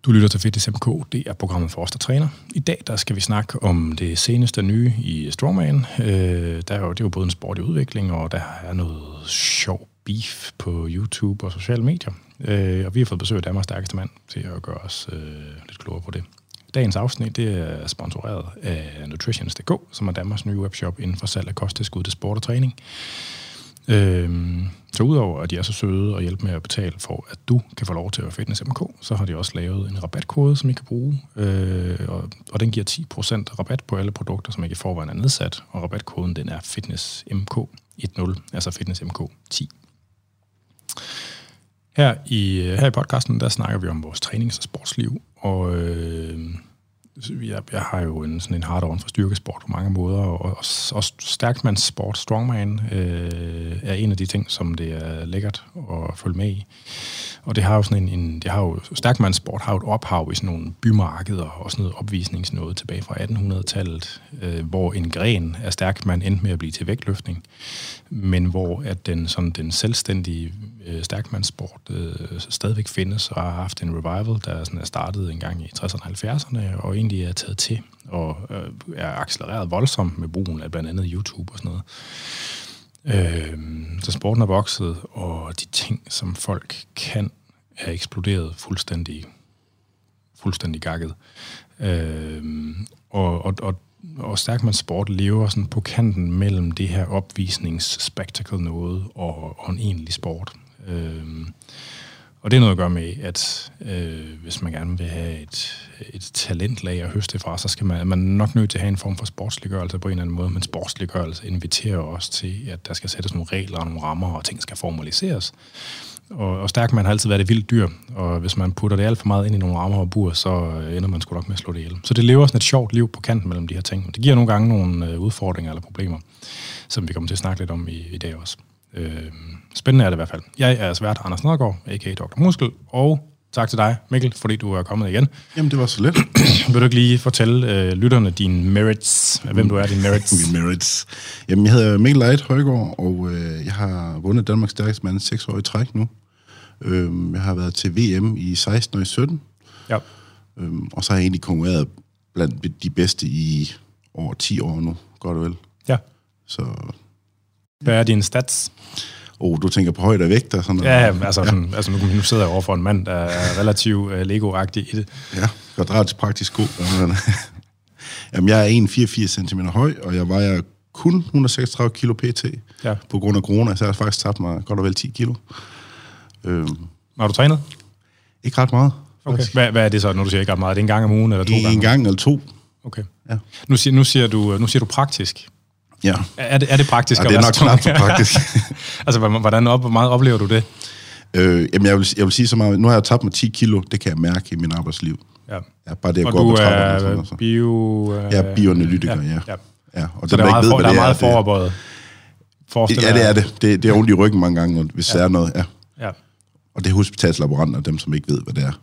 Du lytter til Fitness MK, det er programmet for os, der træner. I dag der skal vi snakke om det seneste nye i Strongman. Det er jo både en sport i udvikling, og der er noget sjov beef på YouTube og sociale medier. Og vi har fået besøg af Danmarks stærkeste mand til at gøre os lidt klogere på det. Dagens afsnit det er sponsoreret af Nutritions.dk, som er Danmarks nye webshop inden for salg af kosttilskud til sport og træning. Så udover at de er så søde og hjælpe med at betale for, at du kan få lov til at Fitness MK, så har de også lavet en rabatkode, som I kan bruge. Og den giver 10% rabat på alle produkter, som ikke i forvejen er nedsat. Og rabatkoden den er Fitness MK10, altså Fitness MK10. Her i podcasten, der snakker vi om vores trænings- og sportsliv. Og jeg har jo sådan en hard-on for styrkesport på mange måder, og også stærkmandssport, strongman, er en af de ting, som det er lækkert at følge med i. Og det har jo sådan stærkmandssport har jo et ophav i sådan nogle bymarkeder og sådan noget opvisningsnåde tilbage fra 1800-tallet, hvor en gren af stærkmand endte med at blive til vægtløftning, men hvor at den selvstændige stærkmandssport stadigvæk findes og har haft en revival, der sådan er startet en gang i 60'erne og 70'erne, og egentlig er taget til og er accelereret voldsomt med brugen af blandt andet YouTube og sådan noget. Så sporten er vokset, og de ting, som folk kan, er eksploderet fuldstændig gakket. Og stærkmandssport lever sådan på kanten mellem det her opvisningsspektakel noget og en egentlig sport. Og det er noget at gøre med, at hvis man gerne vil have et talentlag at høste fra, så skal man nok nødt til at have en form for sportsliggørelse på en eller anden måde, men sportsliggørelse inviterer også til, at der skal sættes nogle regler og nogle rammer, og ting skal formaliseres. Og stærkmand har altid været et vildt dyr, og hvis man putter det alt for meget ind i nogle rammer og bur, så ender man sgu nok med at slå det ihjel. Så det lever sådan et sjovt liv på kanten mellem de her ting. Det giver nogle gange nogle udfordringer eller problemer, som vi kommer til at snakke lidt om i dag også. Spændende er det i hvert fald. Jeg er svært Anders Nedergaard, a.k.a. Dr. Muskel, og tak til dig, Mikkel, fordi du er kommet igen. Jamen, det var så let. Vil du ikke lige fortælle lytterne dine merits, hvem du er, dine merits? Mine merits. Jamen, jeg hedder Mikkel Leit Højgaard, og jeg har vundet Danmarks stærkeste mand 6 år i træk nu. Jeg har været til VM i 16 og i 17. Ja. Og så har jeg egentlig konkurreret blandt de bedste i over 10 år nu, godt og vel. Ja. Så... Hvad er dine stats? Du tænker på højde og vægt og sådan noget? Ja, altså nu sidder jeg over for en mand, der er relativt Lego-agtig i det. Ja, kvadratisk praktisk god. Jamen, jeg er 1,84 cm høj, og jeg vejer kun 136 kilo pt. Ja. På grund af corona, så jeg har faktisk tabt mig godt og vel 10 kilo. Har du trænet? Ikke ret meget. Okay. Hvad er det så, når du siger ikke ret meget? Er det en gang om ugen eller 2 gange? En gang eller 2. Okay. Ja. Nu siger du praktisk. Ja. Er det praktisk? Ja, det er nok knap så praktisk. Altså, hvor meget oplever du det? Jamen, jeg vil sige så meget. Nu har jeg tabt mig 10 kilo. Det kan jeg mærke i min arbejdsliv. Ja. Ja, bare det, jeg går på trapperne. Og sådan. Jeg er bioanalytiker, ja. Og så der er meget forarbejdet? Ja, det er det. Det er ondt i ryggen mange gange, hvis der er noget. Ja. Og det er hospitalslaboranter, dem som ikke ved, hvad det er.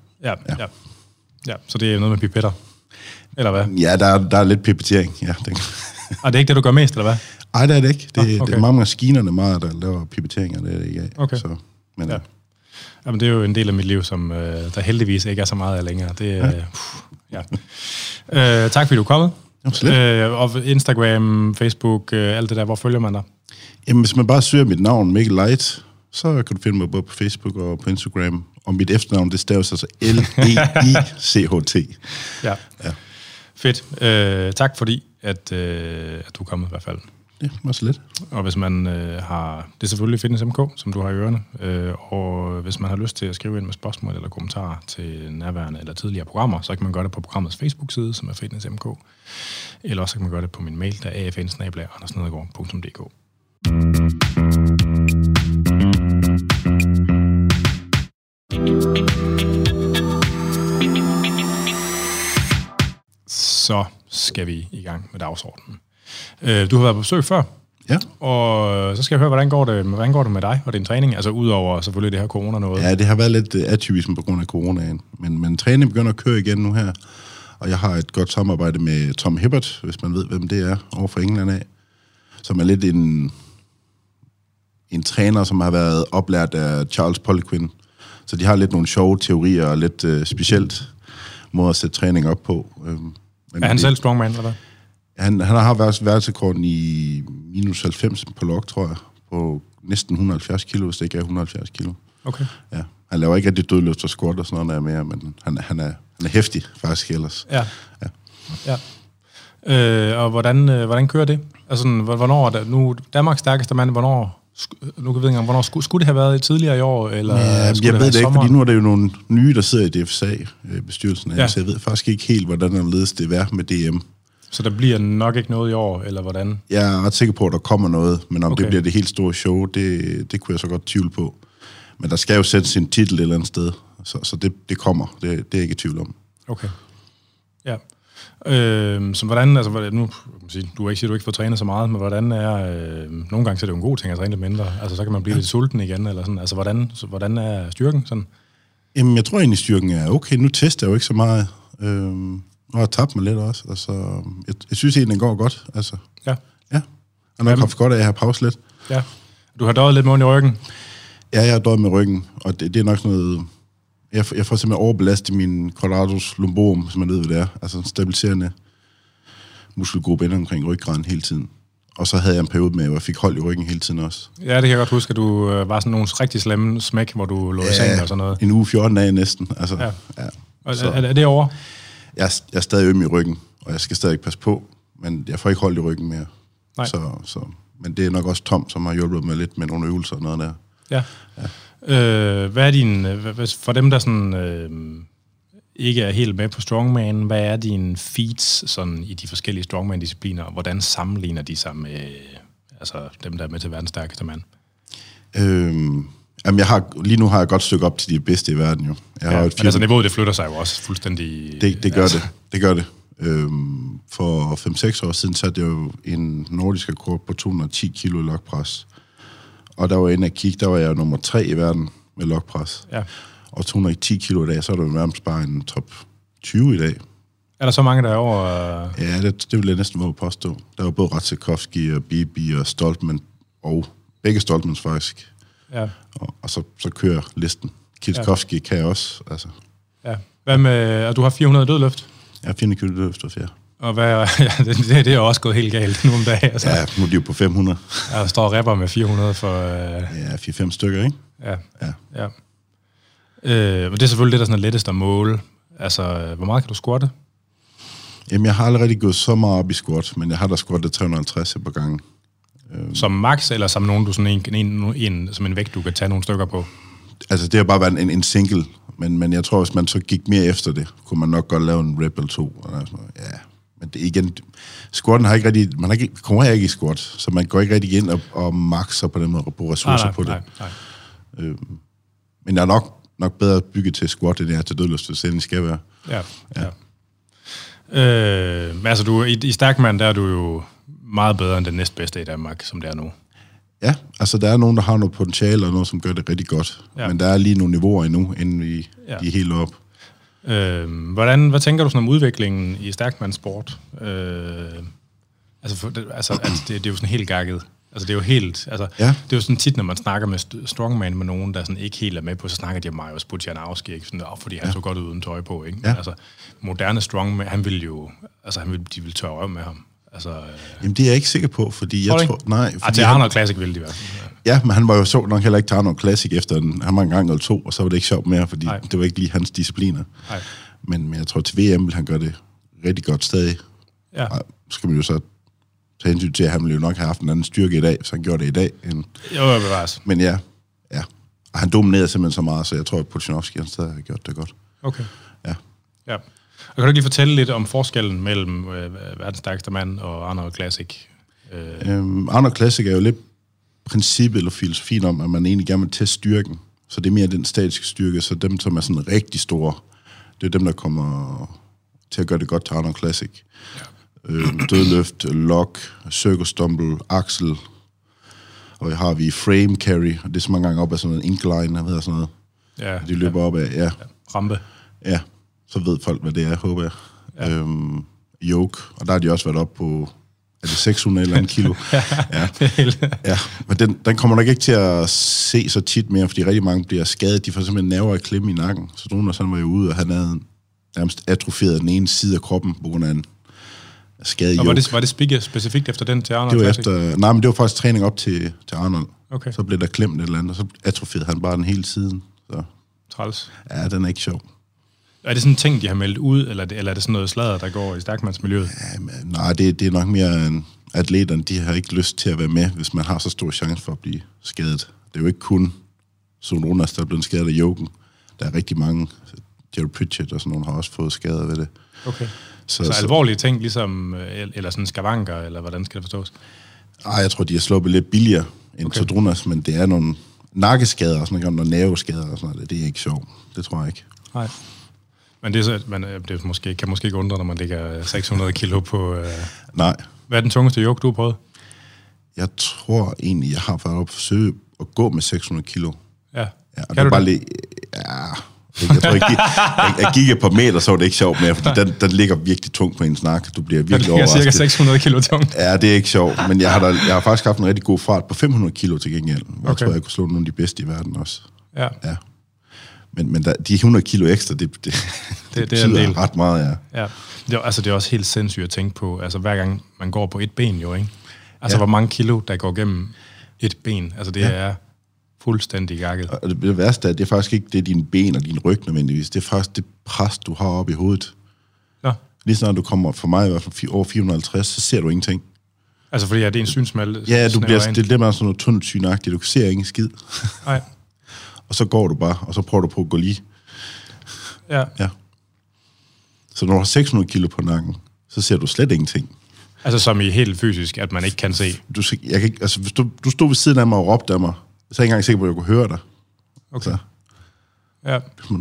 Ja, så det er noget med pipetter? Eller hvad? Ja, der er lidt pipettering, ja. Og det er ikke det, du gør mest, eller hvad? Nej, det er det ikke. Det er mange maskinerne meget, der laver pipetteringer, det er det ikke af. Okay. Så, men, ja. Jamen, det er jo en del af mit liv, som der heldigvis ikke er så meget af længere. Det, tak fordi du er kommet. Og Instagram, Facebook, alt det der, hvor følger man dig? Jamen, hvis man bare søger mit navn, Mikkel Leit, så kan du finde mig både på Facebook og på Instagram. Og mit efternavn, det staves altså L-E-I-C-H-T. Ja. Fedt. Tak fordi, at du er kommet i hvert fald. Ja, det var så lidt. Og hvis man har... Det er selvfølgelig Fitness MK, som du har i ørerne. Og hvis man har lyst til at skrive ind med spørgsmål eller kommentarer til nærværende eller tidligere programmer, så kan man gøre det på programmets Facebook-side, som er Fitness MK. Eller også kan man gøre det på min mail, der er afn@andersnedergaard.dk. Så skal vi i gang med dagsordenen. Du har været på besøg før, ja. Og så skal jeg høre, hvordan går det med dig og din træning? Altså udover selvfølgelig det her corona noget. Ja, det har været lidt atypisk på grund af coronaen, men træningen begynder at køre igen nu her, og jeg har et godt samarbejde med Tom Hibbert, hvis man ved, hvem det er, over fra England af, som er lidt en træner, som har været oplært af Charles Poliquin. Så de har lidt nogle sjove teorier og lidt specielt. måde at sætte træning op på. Er han selv strongman, eller hvad? Han har verdensrekorden i minus 90 på log, tror jeg, på næsten 170 kilo, hvis det ikke er 170 kilo. Okay. Ja. Han laver ikke rigtig dødløft og squat og sådan noget der mere, men han er hæftig faktisk ellers. Ja. Og hvordan kører det? Altså, hvornår er der nu Danmarks stærkeste mand, hvornår skulle det have været tidligere i år? Eller jeg ved det ikke, fordi nu er der jo nogle nye, der sidder i DFSA-bestyrelsen. Ja. Så jeg ved faktisk ikke helt, hvordan der ledes det er med DM. Så der bliver nok ikke noget i år, eller hvordan? Jeg er ret sikker på, at der kommer noget, men om det bliver det helt store show, det kunne jeg så godt tvivle på. Men der skal jo sætte sin titel et eller andet sted, så det kommer. Det er jeg ikke i tvivl om. Okay. Ja. Så hvordan, altså nu du ikke siger, du ikke får trænet så meget, men hvordan er, nogle gange så er det jo en god ting at træne lidt mindre, altså så kan man blive lidt sulten igen, eller sådan, altså hvordan er styrken sådan? Jamen jeg tror egentlig, styrken er okay, nu tester jeg jo ikke så meget, og har tabt mig lidt også, altså jeg synes egentlig, den går godt, altså. Ja. Jeg har nok haft godt af at have pause lidt. Ja. Du har døjet lidt med ondt i ryggen? Ja, jeg har døjet med ryggen, og det er nok sådan noget. Jeg får simpelthen overbelastet min quadratus lumborum, som man ved, hvad det er. Altså en stabiliserende muskelgruppe inde omkring ryggraden hele tiden. Og så havde jeg en periode med, hvor jeg fik hold i ryggen hele tiden også. Ja, det kan jeg godt huske, at du var sådan nogle rigtig slemme smæk, hvor du lå i sengen og sådan noget. En uge 14 dage næsten. Altså, ja. Er det over? Jeg er stadig øm i ryggen, og jeg skal stadig passe på, men jeg får ikke hold i ryggen mere. Nej. Men det er nok også Tom, som har hjulpet mig lidt med nogle øvelser og noget der. Ja. Hvad er din, for dem, der sådan, ikke er helt med på strongman, hvad er dine feats sådan, i de forskellige strongman-discipliner, og hvordan sammenligner de sig med dem, der er med til verdens stærkeste mand? Jamen lige nu har jeg et godt stykke op til de bedste i verden jo. Men altså niveauet, det flytter sig jo også fuldstændig. Det gør det. Det gør det. For 5-6 år siden satte jeg jo en nordisk rekord på 210 kilo i logpres. Og der var inde at kigge, der var jeg nummer 3 i verden med logpres. Ja. Og 210 kilo i dag, så er der jo nærmest bare en top 20 i dag. Er der så mange, der er over? Ja, det vil jeg næsten våge påstå. Der var både Ratzikowski og Bibi og Stoltman, og begge Stoltmans faktisk. Ja. Og så kører listen. Kielskowski kan jeg også. Altså. Ja. Hvad med, du har 400 dødløft? Ja, 400 kilo dødløft også, ja. Og det er jo også gået helt galt nu om dagen. Altså. Ja, nu er de jo på 500. Ja, der står rapper med 400 for... Ja, 4-5 stykker, ikke? Ja. Men det er selvfølgelig det, der sådan er lettest at måle. Altså, hvor meget kan du squatte? Jamen, jeg har aldrig rigtig gået så meget op i squat, men jeg har da squattet 350 på gangen. Som max, eller som nogen, du sådan som en vægt, du kan tage nogle stykker på? Altså, det har bare været en single, men jeg tror, hvis man så gik mere efter det, kunne man nok godt lave en rep eller 2. Ja, men det igen... Squatten har ikke rigtig... kommer ikke i squat, så man går ikke rigtig ind og maxer på den måde og bruger ressourcer på det. Nej. Men jeg er nok bedre bygget til squat, end jeg er til dødløft, hvis det skal være. Ja. Men altså, i Stærkmand, der er du jo meget bedre end den næstbedste i Danmark, som det er nu. Ja, altså der er nogen, der har noget potentiale, og noget, som gør det rigtig godt. Ja. Men der er lige nogle niveauer endnu, inden vi er helt op. Hvad tænker du sådan om udviklingen i stærkmandssport? Det er jo sådan helt gakket. Altså det er jo helt, det er jo sådan tit, når man snakker med strongman med nogen, der sådan ikke helt er med på, så snakker de om Mariusz Bucianowski, ikke? Sådan, fordi han så godt ud uden tøj på, ikke? Ja. Altså moderne strongman, de vil tørre røv med ham. Jamen det er jeg ikke sikker på, fordi jeg tror... Nej, fordi til Arnold Classic ville de være. Ja, men han var jo så nok heller ikke til Arnold Classic efter han var en gang eller 2, og så var det ikke sjovt mere, fordi det var ikke lige hans discipliner. Men jeg tror, til VM vil han gøre det rigtig godt stadig. Ja. Og så skal man jo så tage hensyn til, at han ville jo nok have haft en anden styrke i dag, så han gjorde det i dag. Jo, bevares. Men ja. Og han dominerede simpelthen så meget, så jeg tror, at Pudzianowski han stadig har gjort det godt. Okay. Ja. Og kan du ikke lige fortælle lidt om forskellen mellem verdens stærkeste mand og Arnold Classic? Arnold Classic er jo lidt princippet eller filosofien om, at man egentlig gerne vil teste styrken. Så det er mere den statiske styrke, så dem, som er sådan rigtig store, det er dem, der kommer til at gøre det godt til Arnold Classic. Ja. Dødløft, lock, circle stumble, axel, og her har vi frame carry, og det er så mange gange op af sådan en incline, jeg ved sådan noget. Ja. De løber op af, rampe. Ja, så ved folk, hvad det er, håber jeg. Ja. Yoke, og der har de også været op på, er det 600 eller andet kilo? Ja, men den kommer nok ikke til at se så tit mere, fordi rigtig mange bliver skadet. De får simpelthen nerver i klemme i nakken. Så nogen der sådan var jo ude, og han havde nærmest atroferet den ene side af kroppen på grund af en skade i Og var det specifikt efter den til Arnold? Det var men det var faktisk træning op til Arnold. Okay. Så blev der klemt et eller andet, og så atrofierede han bare den hele siden. Så. Træls. Ja, den er ikke sjov. Er det sådan en ting, de har meldt ud, eller er det sådan noget sladder, der går i stærkmandsmiljøet? Ja, nej, det er nok mere en atleterne, de har ikke lyst til at være med, hvis man har så stor chance for at blive skadet. Det er jo ikke kun Zolonas, der er blevet skadet af yoken. Der er rigtig mange. Jerry Pritchett og sådan nogle har også fået skader ved det. Okay. Så alvorlige ting, ligesom, eller sådan skavanker, eller hvordan skal det forstås? Jeg tror, de har sluppet lidt billigere end Zolonas, men det er nogle nakkeskader og sådan noget, nerveskader og sådan noget. Det er ikke sjovt. Det tror jeg ikke. Nej. Men det kan måske ikke undre, når man ligger 600 kilo på... Nej. Hvad er den tungeste yoke, du har prøvet? Jeg tror egentlig, jeg har været op og forsøge at gå med 600 kilo. Ja. Og det var bare lidt... Jeg tror ikke, jeg gik et par meter, så var det ikke sjovt mere, fordi den ligger virkelig tungt på ens nakke. Du bliver virkelig overrasket. Cirka 600 kilo tung. Ja, det er ikke sjovt, men jeg har faktisk haft en rigtig god fart på 500 kilo til gengæld. Jeg tror, jeg kunne slå nogle af de bedste i verden også. Ja. Men de 100 kilo ekstra, det betyder en del. Ret meget, ja. Det er også helt sindssygt at tænke på, altså hver gang man går på et ben jo, ikke? Altså hvor mange kilo, der går gennem et ben. Altså det er fuldstændig gakket. Og det værste er, det er faktisk ikke det dine ben og din ryg nødvendigvis. Det er faktisk det pres, du har oppe i hovedet. Ja. Lige snart du kommer, for mig i hvert fald over 450, så ser du ingenting. Altså fordi det er en synsmalle? Ja, det er sådan noget tunnelsynagtigt. Du kan se ingen skid. Nej. Og så går du bare, og så prøver du på at gå lige. Ja. Så når du har 600 kilo på nakken, så ser du slet ingenting. Altså som i helt fysisk, at man ikke kan se? Jeg kan ikke, altså hvis du stod ved siden af mig og råbte af mig, så er jeg ikke engang sikker på, at jeg kunne høre dig. Okay. Så. Ja.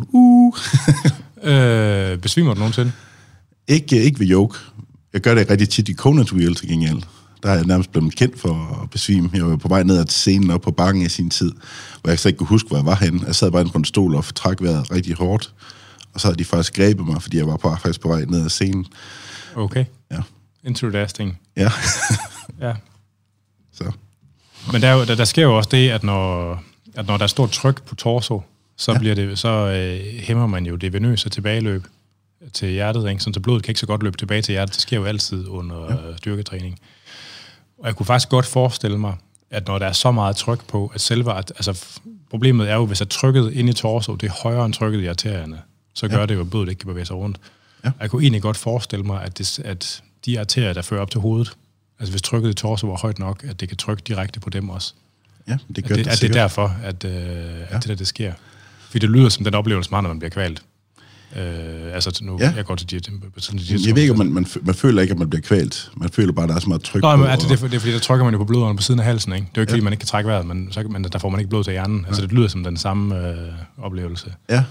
Besvimer du nogensinde? Ikke ved yoke. Jeg gør det rigtig tit i Conant Wheel til gengæld. Der er jeg nærmest blevet kendt for at besvime. Jeg var på vej ned ad scenen op på bakken i sin tid, hvor jeg ikke kunne huske, hvor jeg var henne. Jeg sad bare inde på en stol og trak vejret rigtig hårdt. Og så havde de faktisk grebet mig, fordi jeg var faktisk på vej ned ad scenen. Okay. Ja. Interesting. Ja. Ja. Så. Men der sker jo også det, at når der er stort tryk på torso, så hæmmer man jo det venøse tilbageløb til hjertet, ikke? Så blodet kan ikke så godt løbe tilbage til hjertet. Det sker jo altid under styrketræning. Og jeg kunne faktisk godt forestille mig, at når der er så meget tryk på, at problemet er jo, hvis at trykket inde i torso, det er højere end trykket i arterierne, så gør det jo, at blodet ikke kan bevæge sig rundt. Ja. Jeg kunne egentlig godt forestille mig, at de arterier, der fører op til hovedet, altså hvis trykket i torso var højt nok, at det kan trykke direkte på dem også. Ja, det gør det. At det er derfor, at det sker. Fordi det lyder som den oplevelse, når man bliver kvalt. Jeg går til jeg ved ikke, man føler ikke, at man bliver kvalt. Man føler bare, at der er så meget tryk. Nå, men det er fordi, der trykker man jo på blodårene på siden af halsen, ikke? Det er jo ikke fordi, man ikke kan trække vejret, men der får man ikke blod til hjernen. Altså, det lyder som den samme oplevelse. Ja.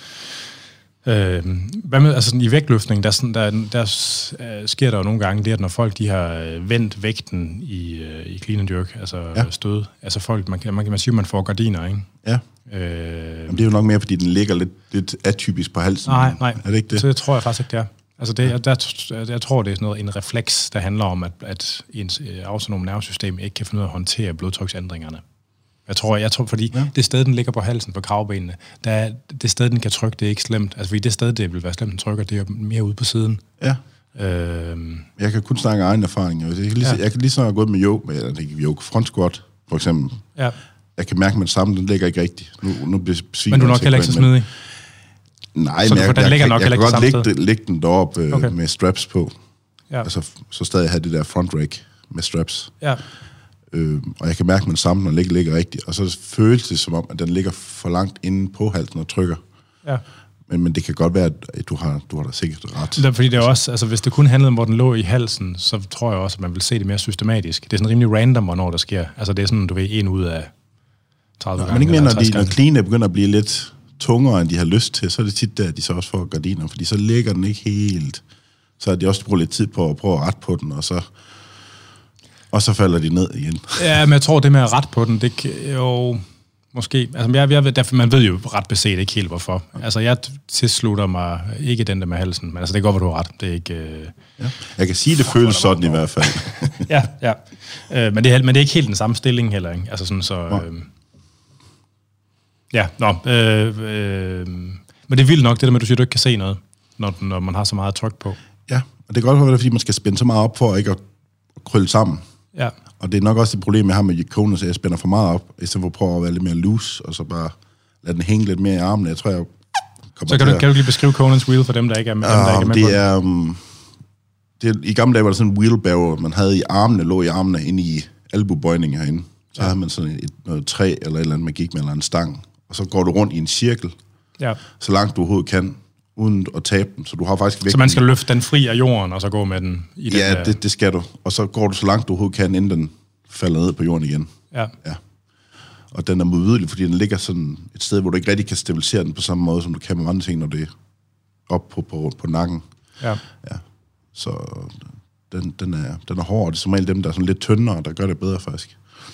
Hvad med, altså i vægtløftning, der sker der jo nogle gange det, at når folk de har vendt vægten i clean and jerk, altså stød, altså folk, man kan sige, at man får gardiner, ikke? Ja. Jamen, det er jo nok mere, fordi den ligger lidt atypisk på halsen. Nej, er det ikke det? Så det tror jeg faktisk ikke, det er. Altså jeg tror, det er sådan en refleks, der handler om, at ens autonome nervesystem ikke kan finde ud af at håndtere blodtryksændringerne. Jeg tror, fordi det sted, den ligger på halsen, på kravbenene, det sted, den kan trykke, det er ikke slemt. Altså, fordi det sted, det vil være slemt, den trykker, det er mere ude på siden. Ja. Jeg kan kun snakke egen erfaring. Jeg kan lige så gå med yoke, front squat, for eksempel. Ja. Jeg kan mærke, at den samme, den ligger ikke rigtigt. Nu bliver men du er nok heller ikke så smidig? Nej, men jeg kan godt lægge den deroppe med straps på. Ja. Altså, så stadig have det der front rack med straps. Ja. Og jeg kan mærke, at den samme, når den ligger rigtigt. Og så føles det som om, at den ligger for langt inde på halsen og trykker. Ja. Men det kan godt være, at du har da sikkert ret. Fordi det er også, altså hvis det kun handlede om, hvor den lå i halsen, så tror jeg også, at man vil se det mere systematisk. Det er sådan rimelig random, hvornår der sker. Altså det er sådan, du ved, en ud af 30 gange. Men ikke mere, når clean begynder at blive lidt tungere, end de har lyst til, så er det tit der, at de så også får gardiner. Fordi så ligger den ikke helt. Så har de også brugt lidt tid på at prøve at rette på den, og så falder de ned igen. Ja, men jeg tror, det med at rette på den, det kan jo måske... Altså, man ved jo ret beset ikke helt, hvorfor. Altså, jeg tilslutter mig ikke den der med halsen, men altså, det går, hvor du har ret. Det er ikke... Jeg kan sige, det føles sådan i hvert fald. ja. Men det er ikke helt den samme stilling heller, ikke? Altså sådan, så... Men det er vildt nok, det der med, at du siger, at du ikke kan se noget. når man har så meget tryk på. Ja, og det kan godt være, fordi man skal spænde så meget op for ikke at krølle sammen. Ja. Og det er nok også det problem, jeg har med Kona, så jeg spænder for meget op, i stedet for at prøve at være lidt mere loose, og så bare lade den hænge lidt mere i armene. Jeg tror, jeg kommer så kan du lige beskrive Conans wheel for dem, der ikke er med, det er i gamle dage var der sådan en wheelbarrow, man havde i armene, lå i armene inde i albuebøjningen herinde. Så havde man sådan noget træ eller et eller andet, man gik med, eller en stang. Og så går du rundt i en cirkel, så langt du overhovedet kan, uden at tabe den. Så du har faktisk vægten. Så man skal løfte den fri af jorden, og så gå med den i den. Ja, det skal du. Og så går du så langt du overhovedet kan, inden den falder ned på jorden igen. Ja. Og den er modbydelig, fordi den ligger sådan et sted, hvor du ikke rigtig kan stabilisere den på samme måde, som du kan med andre ting, når det er op på nakken. Ja. Så den er hård. Det er som regel dem, der er sådan lidt tyndere, der gør det bedre faktisk.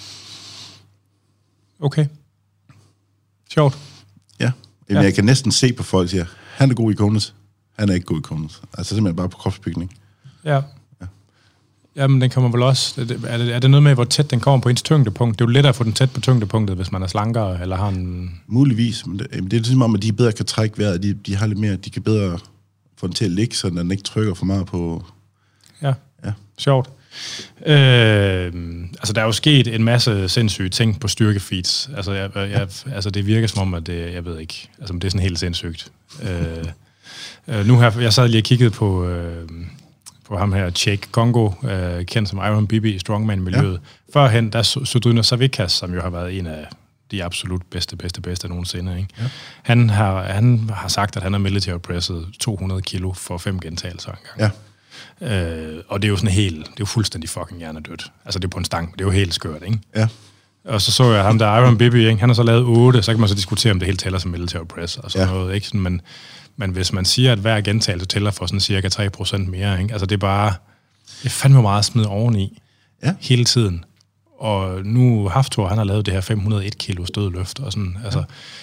Okay. Sjovt. Ja. Jamen, jeg kan næsten se på folk, der siger, han er god i Konas, han er ikke god i Konas. Altså simpelthen bare på kropsbygning. Ja. Jamen, den kommer vel også... Er det noget med, hvor tæt den kommer på ens tyngdepunkt? Det er jo lettere at få den tæt på tyngdepunktet, hvis man er slankere, eller har en... Muligvis, men det er ligesom om, at de bedre kan trække vejret. De har lidt mere... De kan bedre få den til at ligge, så den ikke trykker for meget på... Ja. Sjovt. Altså, der er jo sket en masse sindssyge ting på styrkefeeds. Altså, altså det virker som om, at det... Jeg ved ikke. Altså, det er sådan helt sindssygt. Nu her... Jeg sad lige og kiggede på ham her, Cheick Kongo, kendt som Iron Bibi i strongman-miljøet. Ja. Førhen, der Sudrina Savikas, som jo har været en af de absolut bedste nogensinde. Ikke? Ja. Han har sagt, at han har military presset 200 kilo for 5 gentagelser engang. Ja. Og det er jo sådan det er jo fuldstændig fucking hjernedødt. Altså det er på en stang, det er jo helt skørt, ikke? Ja. Og så jeg ham der, Iron Bibi, ikke? Han har så lavet 8, så kan man så diskutere, om det helt tæller som military press og sådan noget, ikke? Sådan, men hvis man siger, at hver gentagelse tæller for sådan cirka 3% mere, ikke? Altså det er bare, det er fandme meget at smide oveni hele tiden. Og nu Hafthor, han har lavet det her 501 kilo stødløft og sådan, altså...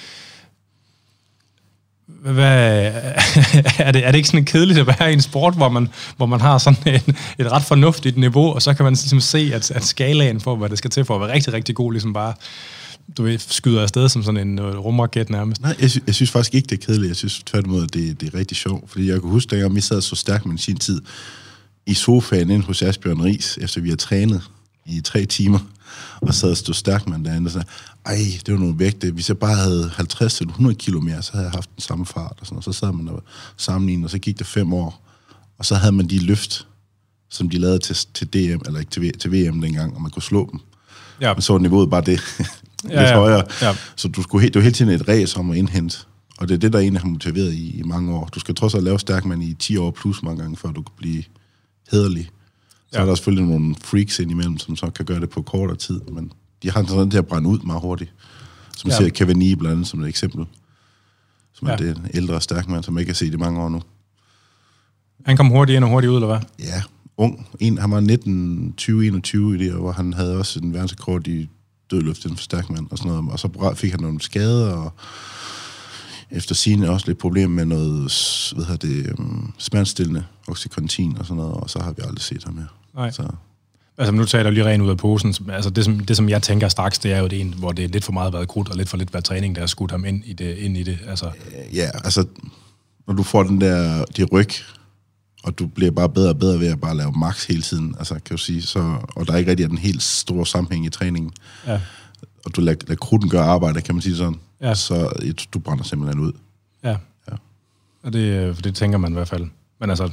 Er det ikke sådan kedeligt at være i en sport, hvor man har sådan et ret fornuftigt niveau, og så kan man ligesom se, at skalaen for, hvad det skal til for at være rigtig, rigtig god, ligesom bare, du ved, skyder afsted som sådan en rumraket nærmest. Nej, jeg synes faktisk ikke, det er kedeligt. Jeg synes tværtimod, at det er rigtig sjovt, fordi jeg kan huske, dengang vi sad så stærkt med sin tid i sofaen inde hos Asbjørn Riis, efter vi har trænet i 3 timer, og sad og stod stærkt med derinde og sagde, det var nogle vægte. Hvis jeg bare havde 50-100 kilo mere, så havde jeg haft den samme fart. Og sådan, og så sad man og sammenlignede, og så gik det 5 år. Og så havde man de løft, som de lavede til DM, eller ikke til VM dengang, og man kunne slå dem. Ja. Men så var niveauet bare det lidt højere. Ja. Så det var hele tiden et race om at indhente. Og det er det, der egentlig har motiveret i mange år. Du skal trods alt lave stærkmand i 10 år plus mange gange, før du kan blive hæderlig. Så er der selvfølgelig nogle freaks indimellem, som så kan gøre det på kortere tid, men de har sådan til at brænde ud meget hurtigt. Som man ser Cavani blandt andet som et eksempel. Som er det ældre stærkmand, som ikke har set i mange år nu. Han kom hurtigt ind og hurtigt ud, eller hvad? Ja, ung. Han var 19-20-21 i det, hvor han havde også en verdensrekord i dødløft inden for stærkmand og sådan noget. Og så fik han nogle skader, og efter sigende også lidt problemer med noget, smertestillende, Oxycontin og sådan noget, og så har vi aldrig set ham mere. Nej. Så. Altså nu tager jeg lige rent ud af posen. Altså det, som jeg tænker straks, det er jo det, hvor det er lidt for meget været krudt, og lidt for lidt været træning, der har skudt ham ind i det. Altså. Ja, altså når du får de ryg, og du bliver bare bedre og bedre ved at bare lave max hele tiden, altså kan du sige, så, og der er ikke rigtig den helt store sammenhæng i træningen. Ja. Og du lader krudten gøre arbejde, kan man sige sådan. Ja. Så du brænder simpelthen ud. Ja. Og det tænker man i hvert fald. Men altså,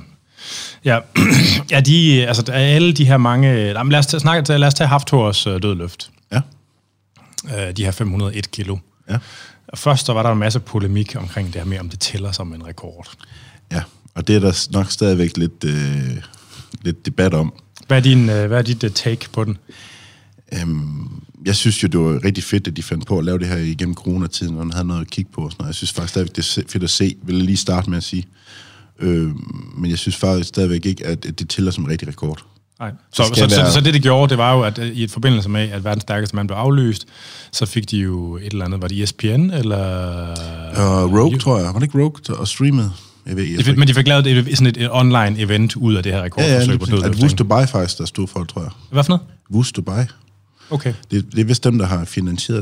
alle de her mange... Lad os tage Hafthors dødløft. Ja. De her 501 kilo. Ja. Og først så var der en masse polemik omkring det her med, om det tæller som en rekord. Ja, og det er der nok stadigvæk lidt debat om. Hvad er dit take på den? Jeg synes jo, det var rigtig fedt, at de fandt på at lave det her igennem coronatiden, og man havde noget at kigge på og sådan noget. Jeg synes faktisk stadigvæk, det er fedt at se, vil jeg lige starte med at sige. Men jeg synes faktisk stadigvæk ikke, at det tæller som en rigtig rekord. Nej. Så det gjorde, det var jo, at i forbindelse med, at verdens stærkeste mand blev aflyst, så fik de jo et eller andet, var det ESPN, eller... Rogue, tror jeg. Var det ikke Rogue, og streamet? Men de fik lavet sådan et online event ud af det her rekordforsøg på dødløft. Ja, Wus Dubai faktisk, der stod for det, tror jeg. Hvad for noget? Wus Dubai. Okay. Det er vist dem, der har finansieret det.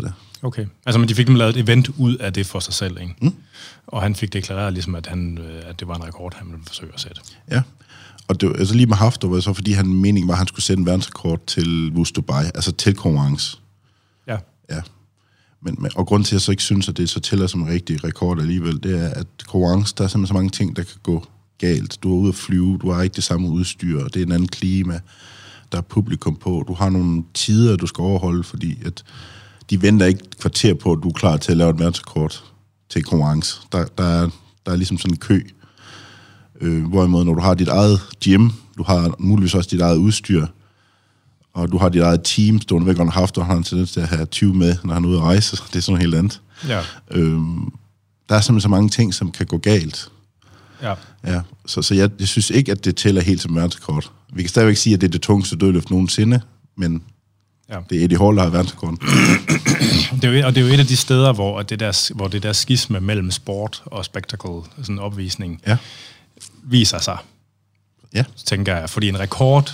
Okay. Altså, men de fik dem lavet et event ud af det for sig selv, ikke? Mm. Og han fik deklareret ligesom, at det var en rekord, han ville forsøge at sætte. Ja. Og det, altså lige med Haftor var så, fordi han meningen var, at han skulle sætte en verdensrekord til Wus Dubai, altså til konkurrence. Ja. Ja. Og grund til, at jeg så ikke synes, at det så tæller som en rigtig rekord alligevel, det er, at konkurrence, der er simpelthen så mange ting, der kan gå galt. Du er ude at flyve, du har ikke det samme udstyr, det er en anden klima, der er publikum på, du har nogle tider, du skal overholde, fordi at de venter ikke et kvarter på, at du er klar til at lave et verdensrekord til konkurrence. Der er ligesom sådan en kø. Hvorimod, når du har dit eget gym, du har muligvis også dit eget udstyr, og du har dit eget team stående væk, og Haftor har en tendens til at have 20 med, når han er ude at rejse. Det er sådan noget helt andet. Ja. Der er simpelthen så mange ting, som kan gå galt. Ja. Ja. Så jeg synes ikke, at det tæller helt som verdensrekord. Vi kan stadigvæk sige, at det er det tungeste dødløft nogensinde, men det er Eddie Hall, der har verdensrekorden. Det er jo et af de steder, hvor det der skisme mellem sport og spectacle, sådan en opvisning, viser sig. Ja. Tænker jeg, fordi en rekord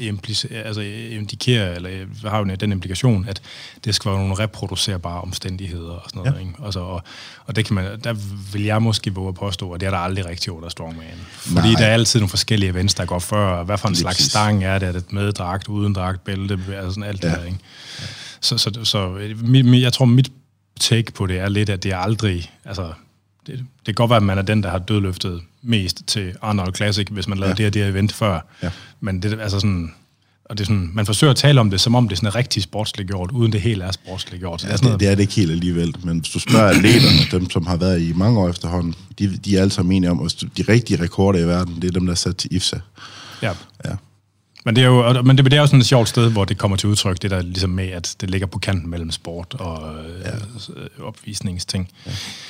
indikerer, eller har jo den implikation, at det skal være nogle reproducerbare omstændigheder og sådan noget. Ikke? Og det kan man, der vil jeg måske våge at påstå, at det er der aldrig rigtig under Strongman. Fordi der er altid nogle forskellige events, der går før. Hvad for en slags stang er det? Er det med dragt, uden dragt, bælte, altså sådan alt det der. Ikke? Så jeg tror, mit take på det er lidt, at det er aldrig... Altså, det kan godt være, at man er den, der har dødløftet mest til Arnold Classic, hvis man lavede det event før. Ja. Men det altså sådan... Og det er sådan, man forsøger at tale om det, som om det er sådan rigtig sportsligt gjort, uden det helt er sportsligt gjort. Ja, det er det ikke helt alligevel. Men hvis du spørger atleterne, dem som har været i mange år efterhånden, de er alle sammen enige om, at de rigtige rekorder i verden, det er dem, der er sat til IFSA. Ja. Men det er jo sådan et sjovt sted, hvor det kommer til udtryk, det der ligesom med, at det ligger på kanten mellem sport og opvisningsting. Ja.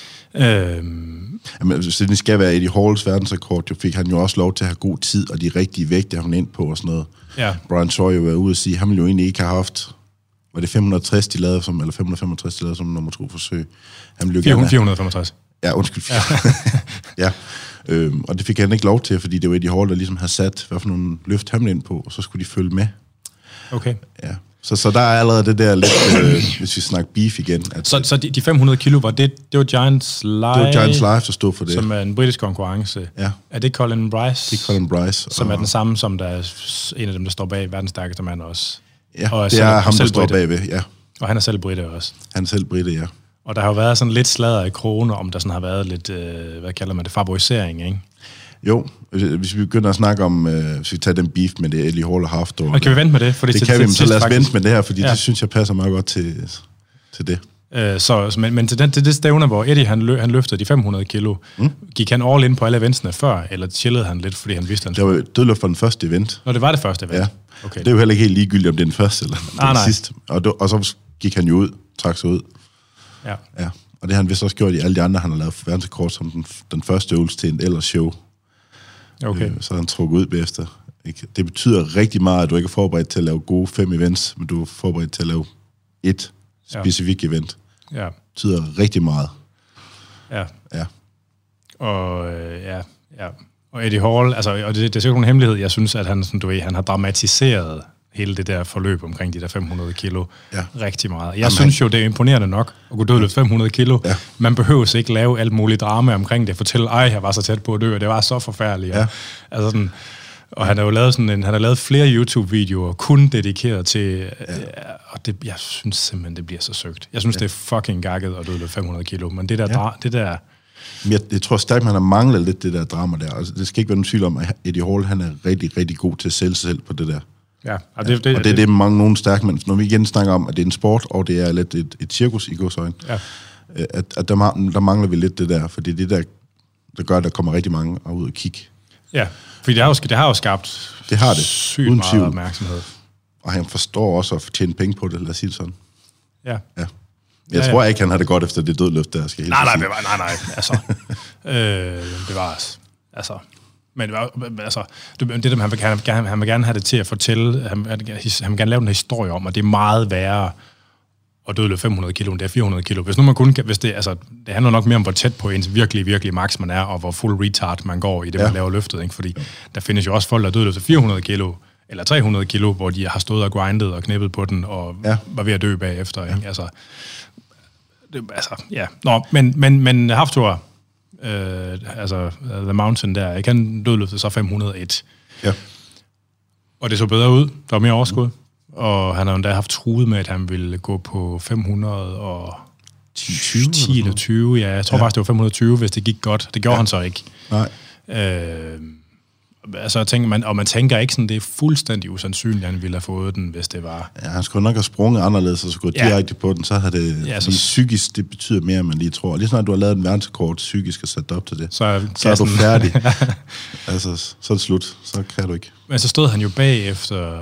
Hvis det skal være Eddie Halls verdensrekord, jo fik han jo også lov til at have god tid, og de rigtige vægte han ind på og sådan noget. Ja. Brian Sawyer var ude og sige, at han ville jo egentlig ikke have haft, var det 560, de lavede som, eller 565, de lavede som nummer 2 forsøg. Han ville jo 465. Ja, undskyld. Ja. Og det fik han ikke lov til, fordi det var Eddie Hall, der ligesom har sat, hvad for nogle løft han ind på, og så skulle de følge med. Okay. Ja. Så der er allerede det der lidt, hvis vi snakker beef igen. Så de 500 kilo, var det var Giants Live? Det var Giants Live, der stod for det. Som er en britisk konkurrence. Ja. Er det Colin Bryce? Det er Colin Bryce. Som er den samme, som der er en af dem, der står bag verdens stærkeste mand også. Ja, og det er ham, der står bagved, ja. Og han er selv brite også. Han er selv brite, ja. Og der har jo været sådan lidt sladder i kroner, om der sådan har været lidt, hvad kalder man det, favorisering, ikke? Jo, hvis vi begynder at snakke om, hvis vi tager den beef med det, Eddie Hall og Haftor. Og kan vi vente med det? Det kan vi, så lad os vente med det her, fordi det synes jeg passer meget godt til det. Men til det stævne, hvor Eddie han løftede de 500 kilo, gik han all in på alle eventsene før, eller chillede han lidt, fordi han vidste, han skulle? Det var dødløft for den første event. Nå, det var det første event? Ja. Okay. Det er jo heller ikke helt ligegyldigt, om det er den første eller den sidste. Og så gik han jo ud, trak sig ud. Ja. Og det har han vist også gjort i alle de andre, han har lavet verdensrekord som den første øvelse til en ellers show. Okay. Så han trukket ud bagefter. Det betyder rigtig meget, at du ikke er forberedt til at lave gode 5 events, men du er forberedt til at lave et specifikt event. Ja. Det betyder rigtig meget. Ja. Og Eddie Hall, altså, og det er sikkert en hemmelighed, jeg synes, at han, sådan, han har dramatiseret hele det der forløb omkring de der 500 kilo rigtig meget. Jeg synes jo, det er imponerende nok at gå dødløft 500 kilo. Ja. Man behøver ikke lave alt muligt drama omkring det. Fortælle, jeg var så tæt på at dø, og det var så forfærdeligt. Ja. Altså sådan, og han har jo lavet han har lavet flere YouTube-videoer kun dedikeret til, og jeg synes simpelthen, det bliver så søgt. Jeg synes, det er fucking gakket at dødløfte 500 kilo, men det der jeg tror stærkt, man har manglet lidt det der drama der. Altså, det skal ikke være nogen tvivl om, at Eddie Hall, han er rigtig, rigtig god til at sælge sig selv på det der. Ja, og det er det nogen stærke, men når vi igen snakker om, at det er en sport, og det er lidt et cirkus i godsøjne, at der mangler vi lidt det der, fordi det der gør, at der kommer rigtig mange ud og kigge. Ja, fordi det har jo skabt sygt uden meget opmærksomhed. Og han forstår også at tjene penge på det, lad os sige det sådan. Ja. Jeg tror ikke, han har det godt efter det dødløft, der skal helt nej, altså. Bevares. Altså. Men altså, det der, han vil gerne have det til at fortælle, han vil gerne lave en historie om, at det er meget værre at dødløfte 500 kilo, end det er 400 kilo. Hvis nu man kun, det handler nok mere om, hvor tæt på ens virkelig max man er, og hvor full retard man går i det, man laver løftet, ikke? Fordi der findes jo også folk, der dødløfter 400 kilo, eller 300 kilo, hvor de har stået og grindet og knippet på den, og var ved at dø bagefter, ikke? Altså, ja. Nå, men Hafthor, altså The Mountain der, ikke? Han dødløftede så 501. Ja. Og det så bedre ud. Der var mere overskud. Og han har endda haft truet med, at han ville gå på 510 eller 20. Ja, jeg tror faktisk, det var 520, hvis det gik godt. Det gjorde han så ikke. Nej. Altså, man tænker ikke sådan, det er fuldstændig usandsynligt, at han ville have fået den, hvis det var... Ja, han skulle nok have sprunget anderledes, og så gået direkte på den, så havde det... Ja, så psykisk, det betyder mere, end man lige tror. Lige snart du har lavet en verdensrekord psykisk og sat op til det, så er du færdig. Altså, så er det slut. Så kan du ikke. Men så stod han jo bagefter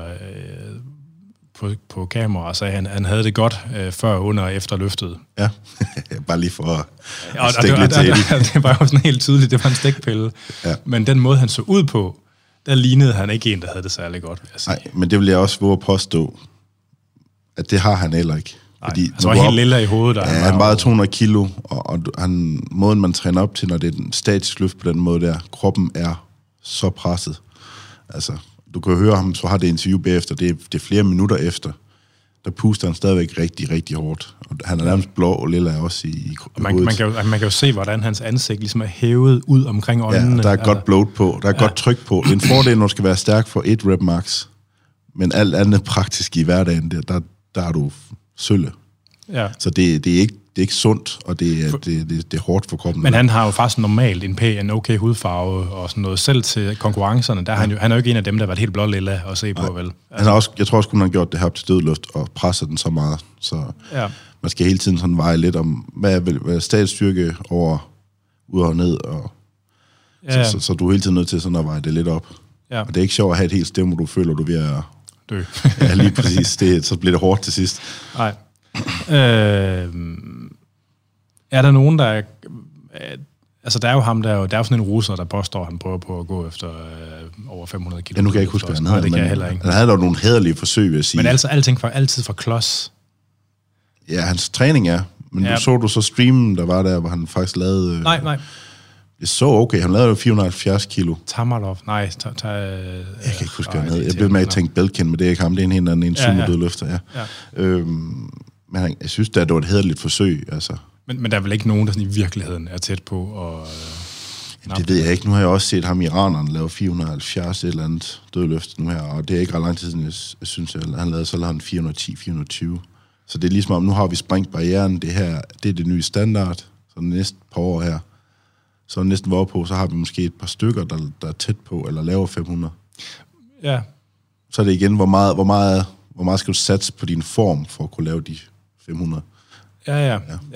på kamera og sagde, at han havde det godt før, under og efter løftet. Ja, bare lige for at stikke lidt til det var jo sådan helt tydeligt, det var en stikpille. Ja. Men den måde, han så ud på, der lignede han ikke en, der havde det særlig godt. Nej, men det vil jeg også våge at påstå, at det har han heller ikke. Fordi han var helt lille i hovedet. Ja, han vejede 200 kilo, og måden man træner op til, når det er en statisk løft på den måde der, kroppen er så presset. Altså, du kan høre ham, så har det interview bagefter, det er flere minutter efter, der puster han stadigvæk rigtig, rigtig hårdt. Og han er nærmest blå og lilla også i man kan jo se, hvordan hans ansigt ligesom er hævet ud omkring øjnene. Ja, der er godt bloat på, der er godt tryk på. Det er en fordel, når du skal være stærk for 1 rep max, men alt andet praktisk i hverdagen, der er du sølle. Ja. Så det er ikke sundt, og det er hårdt for kroppen. Men han har jo faktisk normalt en okay hudfarve og sådan noget. Selv til konkurrencerne, der han er jo ikke en af dem, der har været helt blå lilla at se på, vel? Altså. Han har også, jeg tror også, kun han har gjort det her op til dødløft og presset den så meget. Så man skal hele tiden sådan veje lidt om, hvad er statsstyrke over, ud og ned. Og så du er hele tiden nødt til sådan at veje det lidt op. Ja. Og det er ikke sjovt at have et helt sted, hvor du føler, du er ved at dø. Ja, lige præcis. Så bliver det hårdt til sidst. Nej. Er der nogen, der... altså, der er jo ham, der er jo sådan en russer, der påstår, at han prøver på at gå efter over 500 kilo. Ja, nu kan jeg ikke huske, hvad han havde. Det kan jeg heller ikke. Han havde dog nogle hæderlige forsøg, vil jeg sige. Men altså, alting altid for klods. Ja, hans træning er. Men du så streamen, der var der, hvor han faktisk lavede... Nej. Det så okay. Han lavede jo 470 kilo. Tamalov. Nej. Jeg kan ikke huske, hvad han hed. Jeg blev med at tænke Belkin, men det er ikke ham. Det er en helt anden, en sumodødløfter, ja. Men jeg synes, det var et hæderligt forsøg, altså. Men der er vel ikke nogen, der sådan i virkeligheden er tæt på? Og, det ved jeg ikke. Nu har jeg også set ham iraneren lave 470 et eller andet dødløft nu her, og det er ikke ret lang tid siden, jeg synes, han lavede 410-420. Så det er ligesom om, nu har vi sprængt barrieren. Det her, det er det nye standard. Så det næste par år her, så næsten var på, så har vi måske et par stykker, der er tæt på, eller laver 500. Ja. Så er det igen, hvor meget skal du satse på din form, for at kunne lave de 500? Ja.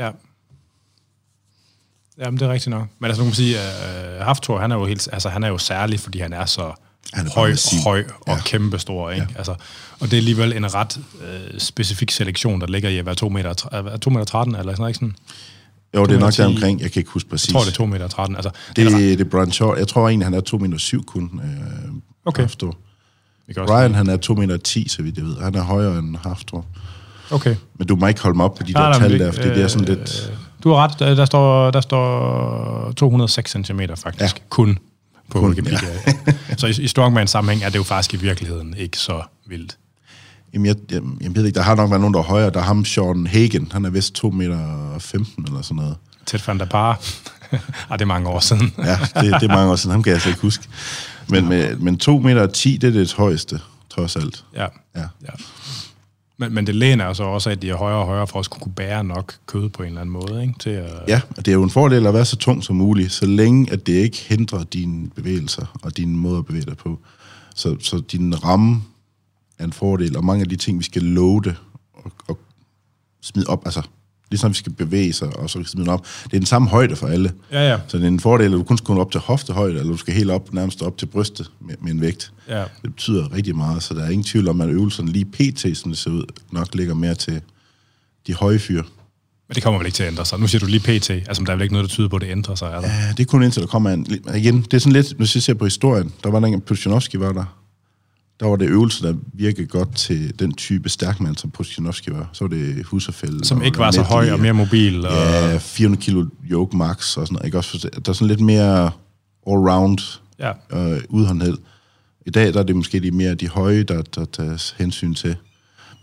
Jamen, det er rigtigt nok. Men altså, nu kan man sige, Hafthor, han er jo særlig, fordi han er så høj og kæmpestor, ikke? Ja. Altså, og det er alligevel en ret specifik selektion, der ligger i at være 2 meter 13, eller sådan ikke? Jo, det er nok der omkring. Jeg kan ikke huske præcis. Jeg tror, det er 2 meter 13. Altså, det er Brian Shaw. Jeg tror egentlig, han er 2 meter 7 kun. Okay. Hafthor. Brian, han er 2 meter 10, så vidt jeg ved. Han er højere end Hafthor. Okay. Men du må ikke holde mig op på de der tal der, fordi det er sådan lidt... Du har ret. Der står 206 cm faktisk. Ja. Kun på Wikipedia. Ja. Så i strongman sammenhæng er det jo faktisk i virkeligheden ikke så vildt. Jamen, jeg ved ikke, der har nok været nogen, der er højere. Der er ham, Sean Hagen. Han er vist 2 meter 15 eller sådan noget. Ted van der Paar. Det er mange år siden. Ja, det er mange år siden. Ham kan jeg altså ikke huske. Men 2 meter 10, det er det højeste, trods alt. Ja. Men det læner altså også, at de er højere og højere for at kunne bære nok kød på en eller anden måde, ikke? Til at... Ja, det er jo en fordel at være så tung som muligt, så længe at det ikke hindrer dine bevægelser og din måde at bevæge dig på. Så din ramme er en fordel, og mange af de ting, vi skal loade og smide op, altså ligesom vi skal bevæge sig, og så smide op. Det er den samme højde for alle. Ja. Så det er en fordel, at du kun skal komme op til hoftehøjde, eller du skal helt op, nærmest op til brystet med en vægt. Ja. Det betyder rigtig meget, så der er ingen tvivl om, at øvelserne lige pt, som det ser ud, nok ligger mere til de høje fyre. Men det kommer vel ikke til at ændre sig. Nu siger du lige pt, altså der er vel ikke noget, der tyder på, at det ændrer sig, eller? Ja, det er kun indtil der kommer en... Igen, det er sådan lidt, hvis jeg ser på historien, der var dengang Pudzianowski var der var det øvelse, der virkede godt til den type stærkmand, som Pudzianowski var. Så var det Husserfeld. Som ikke var så høj og mere mobil. Ja, 400 kilo yoke max og sådan noget. Ikke? Også, der er sådan lidt mere all-round udholdenhed. I dag der er det måske mere de høje, der tages hensyn til.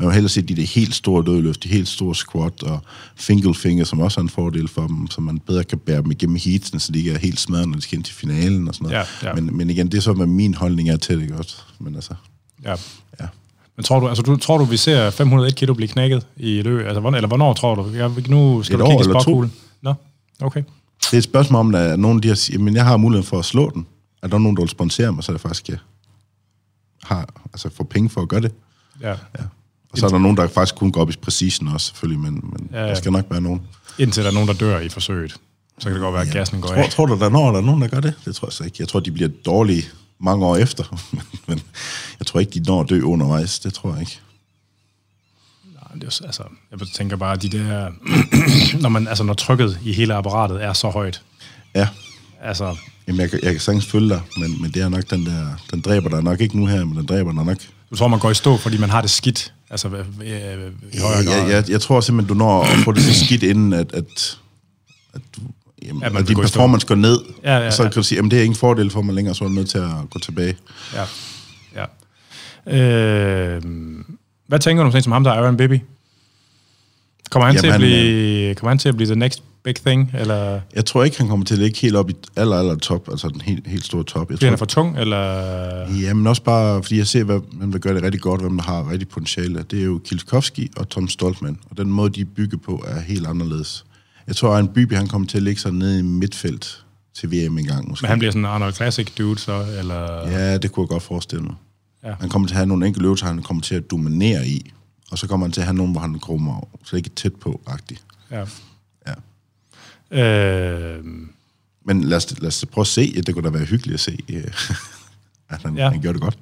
Man vil hellere se de helt store dødløft, de helt store squat og finger finger, som også er en fordel for dem, så man bedre kan bære dem igennem heatsene, så de ikke er helt smadret, når de skal ind til finalen og sådan noget. Ja. Men igen, det er så, hvad min holdning er til det godt. Men altså... Ja. Men tror du, vi ser 501 kilo blive knækket i løb? Altså, hvornår tror du? Nu skal du kigge i sportkuglen. Nå, okay. Det er et spørgsmål om, at nogen de har sagt, men jeg har muligheden for at slå den. Er der nogen, der vil sponsere mig, så er det faktisk, jeg får penge for at gøre det. Ja. Og så er der nogen, der faktisk kun går op i præcisen også, selvfølgelig, men der skal nok være nogen. Indtil der er nogen, der dør i forsøget, så kan det godt være, at gassen går af. Tror du, der er nogen, der gør det? Det tror jeg så ikke. Jeg tror, de bliver dårlige mange år efter, men jeg tror ikke, de når at dø undervejs. Det tror jeg ikke. Nej, det er, altså, jeg tænker bare, de der... når trykket i hele apparatet er så højt. Ja. Altså... Jamen, jeg kan sagtens følge dig, men det er nok den dræber dig nok ikke nu her, men den dræber dig nok. Du tror, man går i stå, fordi man har det skidt? Altså, i højere grad? Jeg tror simpelthen, du når at få det så skidt, inden at din performance går ned, og så kan du sige, at det er ingen fordel for mig længere, så er du nødt til at gå tilbage. Ja. Hvad tænker du om sådan som ham, der er Aaron Bibi? Kommer han til at blive the next big thing, eller? Jeg tror ikke, han kommer til at ligge helt op i aller top, altså den helt store top. Fordi han er for tung, eller? Jamen også bare, fordi jeg ser, hvem der gør det rigtig godt, hvem der har rigtig potentiale. Det er jo Kielskowski og Tom Stoltman, og den måde, de er bygget på, er helt anderledes. Jeg tror, at en Bibi, han kommer til at ligge sig nede i midtfelt til VM engang, måske. Men han bliver sådan en Arnold Classic dude, så, eller? Ja, det kunne jeg godt forestille mig. Ja. Han kommer til at have nogle enkelte øvelser, han kommer til at dominere i, og så kommer han til at have nogen, hvor han krummer så ikke tæt på-agtigt. Ja. Men lad os prøve at se. Det kunne da være hyggeligt at se, at han gjorde det godt.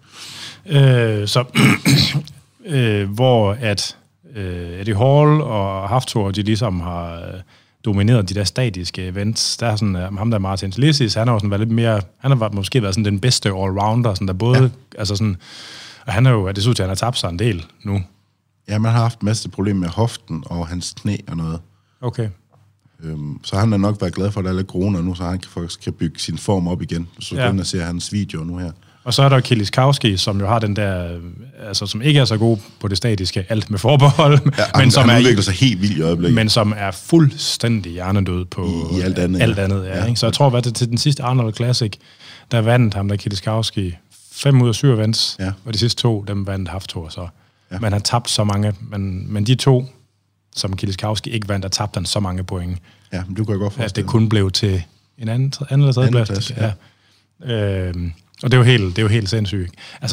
Hvor at Eddie Hall og Hafthor, de ligesom har domineret de der statiske events. Der er sådan, ham der Martin Lissis, han har også været lidt mere, han har måske været sådan den bedste allrounder, sådan der både, altså sådan, og han er jo, det synes jeg, han har tabt sig en del nu. Ja, man har haft en masse problemer med hoften og hans knæ og noget. Okay. Så han har nok været glad for, at der er lidt corona nu, så han kan bygge sin form op igen. Så kan man se hans videoer nu her. Og så er der Kielskowski, som jo har den der, altså som ikke er så god på det statiske, alt med forbehold, men som han udvikler sig helt vildt i øjeblikket. Men som er fuldstændig hjernedød på i alt andet. Ja. Ikke? Så jeg tror, at til den sidste Arnold Classic, der vandt ham der Kielskowski 5 ud af 7 events, og de sidste 2, dem vandt Hafthor så. Ja. Man har tabt så mange, men de 2, som Kielskowski ikke vandt, der tabte han så mange point. Ja, men du kan godt forestille. At det kun blev til en anden eller tredje plads. Ja. Og det er jo helt sindssygt. Altså,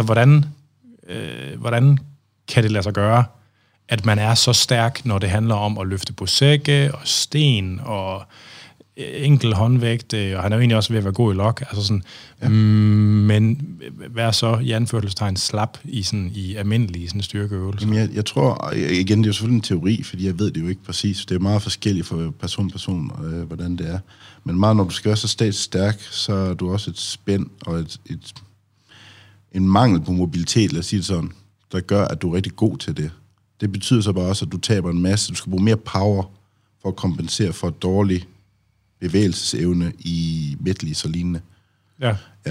hvordan kan det lade sig gøre, at man er så stærk, når det handler om at løfte på sække og sten og enkel håndvægt, og han er jo egentlig også ved at være god i lok, altså sådan, men hvad så i anførselstegn slap i almindelige sådan styrkeøvelser? Jamen jeg tror, igen, det er jo selvfølgelig en teori, fordi jeg ved det jo ikke præcis. Det er meget forskelligt for person, hvordan det er. Men meget, når du skal være så statisk stærk, så er du også et spænd og en mangel på mobilitet, lad os sige det sådan, der gør, at du er rigtig god til det. Det betyder så bare også, at du taber en masse. Du skal bruge mere power for at kompensere for dårlig bevægelsesevne i midtlis og lignende. Ja.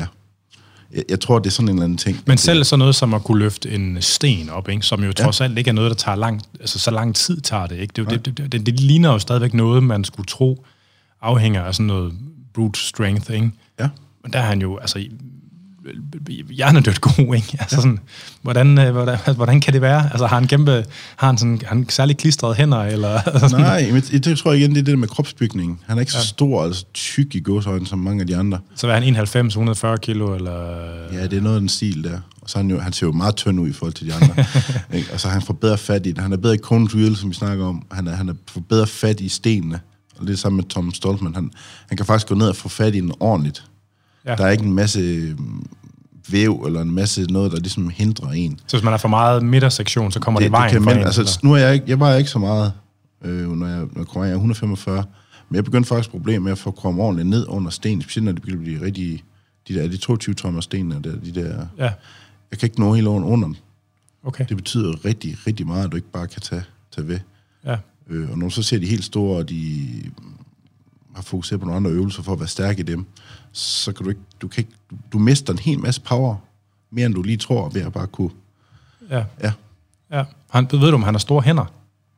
Jeg tror, det er sådan en eller anden ting. Men selv sådan noget som at kunne løfte en sten op, ikke? Som jo trods alt ikke er noget, der tager så lang tid tager det, ikke? Det ligner jo stadigvæk noget, man skulle tro afhænger af sådan noget brute strength, ikke? Ja. Men der er han jo, altså, hjernedødt god, ikke? Altså sådan, hvordan kan det være? Altså, har han særlig klistrede hænder, eller? Nej, men det tror jeg igen, det er det der med kropsbygningen. Han er ikke så stor, altså tyk i gåsøjne, som mange af de andre. Så er han 91, 140 kilo, eller? Ja, det er noget af den stil der. Og så han ser jo meget tynd ud i forhold til de andre. Og så har han fået bedre fat i det. Han er bedre i cone drill, som vi snakker om. Han er fået bedre fat i stenene. Og det er sammen med Tom Stoltman. Han kan faktisk gå ned og få fat i den ordentligt. Ja. Der er ikke en masse væv eller en masse noget, der ligesom hindrer en. Så hvis man har for meget midtersektion, så kommer det i vejen for en? Altså, nu er jeg vejer ikke så meget, når jeg kommer, jeg er 145, men jeg begyndte faktisk problemer med at få komme ordentligt ned under sten, specielt når det bliver rigtig, de 22 tommer stenene, de der. Ja. Jeg kan ikke nå helt under dem. Okay. Det betyder rigtig, rigtig meget, at du ikke bare kan tage ved. Ja. Og når du så ser de helt store, og de har fokuseret på nogle andre øvelser for at være stærk i dem, så kan du mister en hel masse power, mere end du lige tror, ved at bare kunne. Ja. Ja. Ved du, om han har store hænder?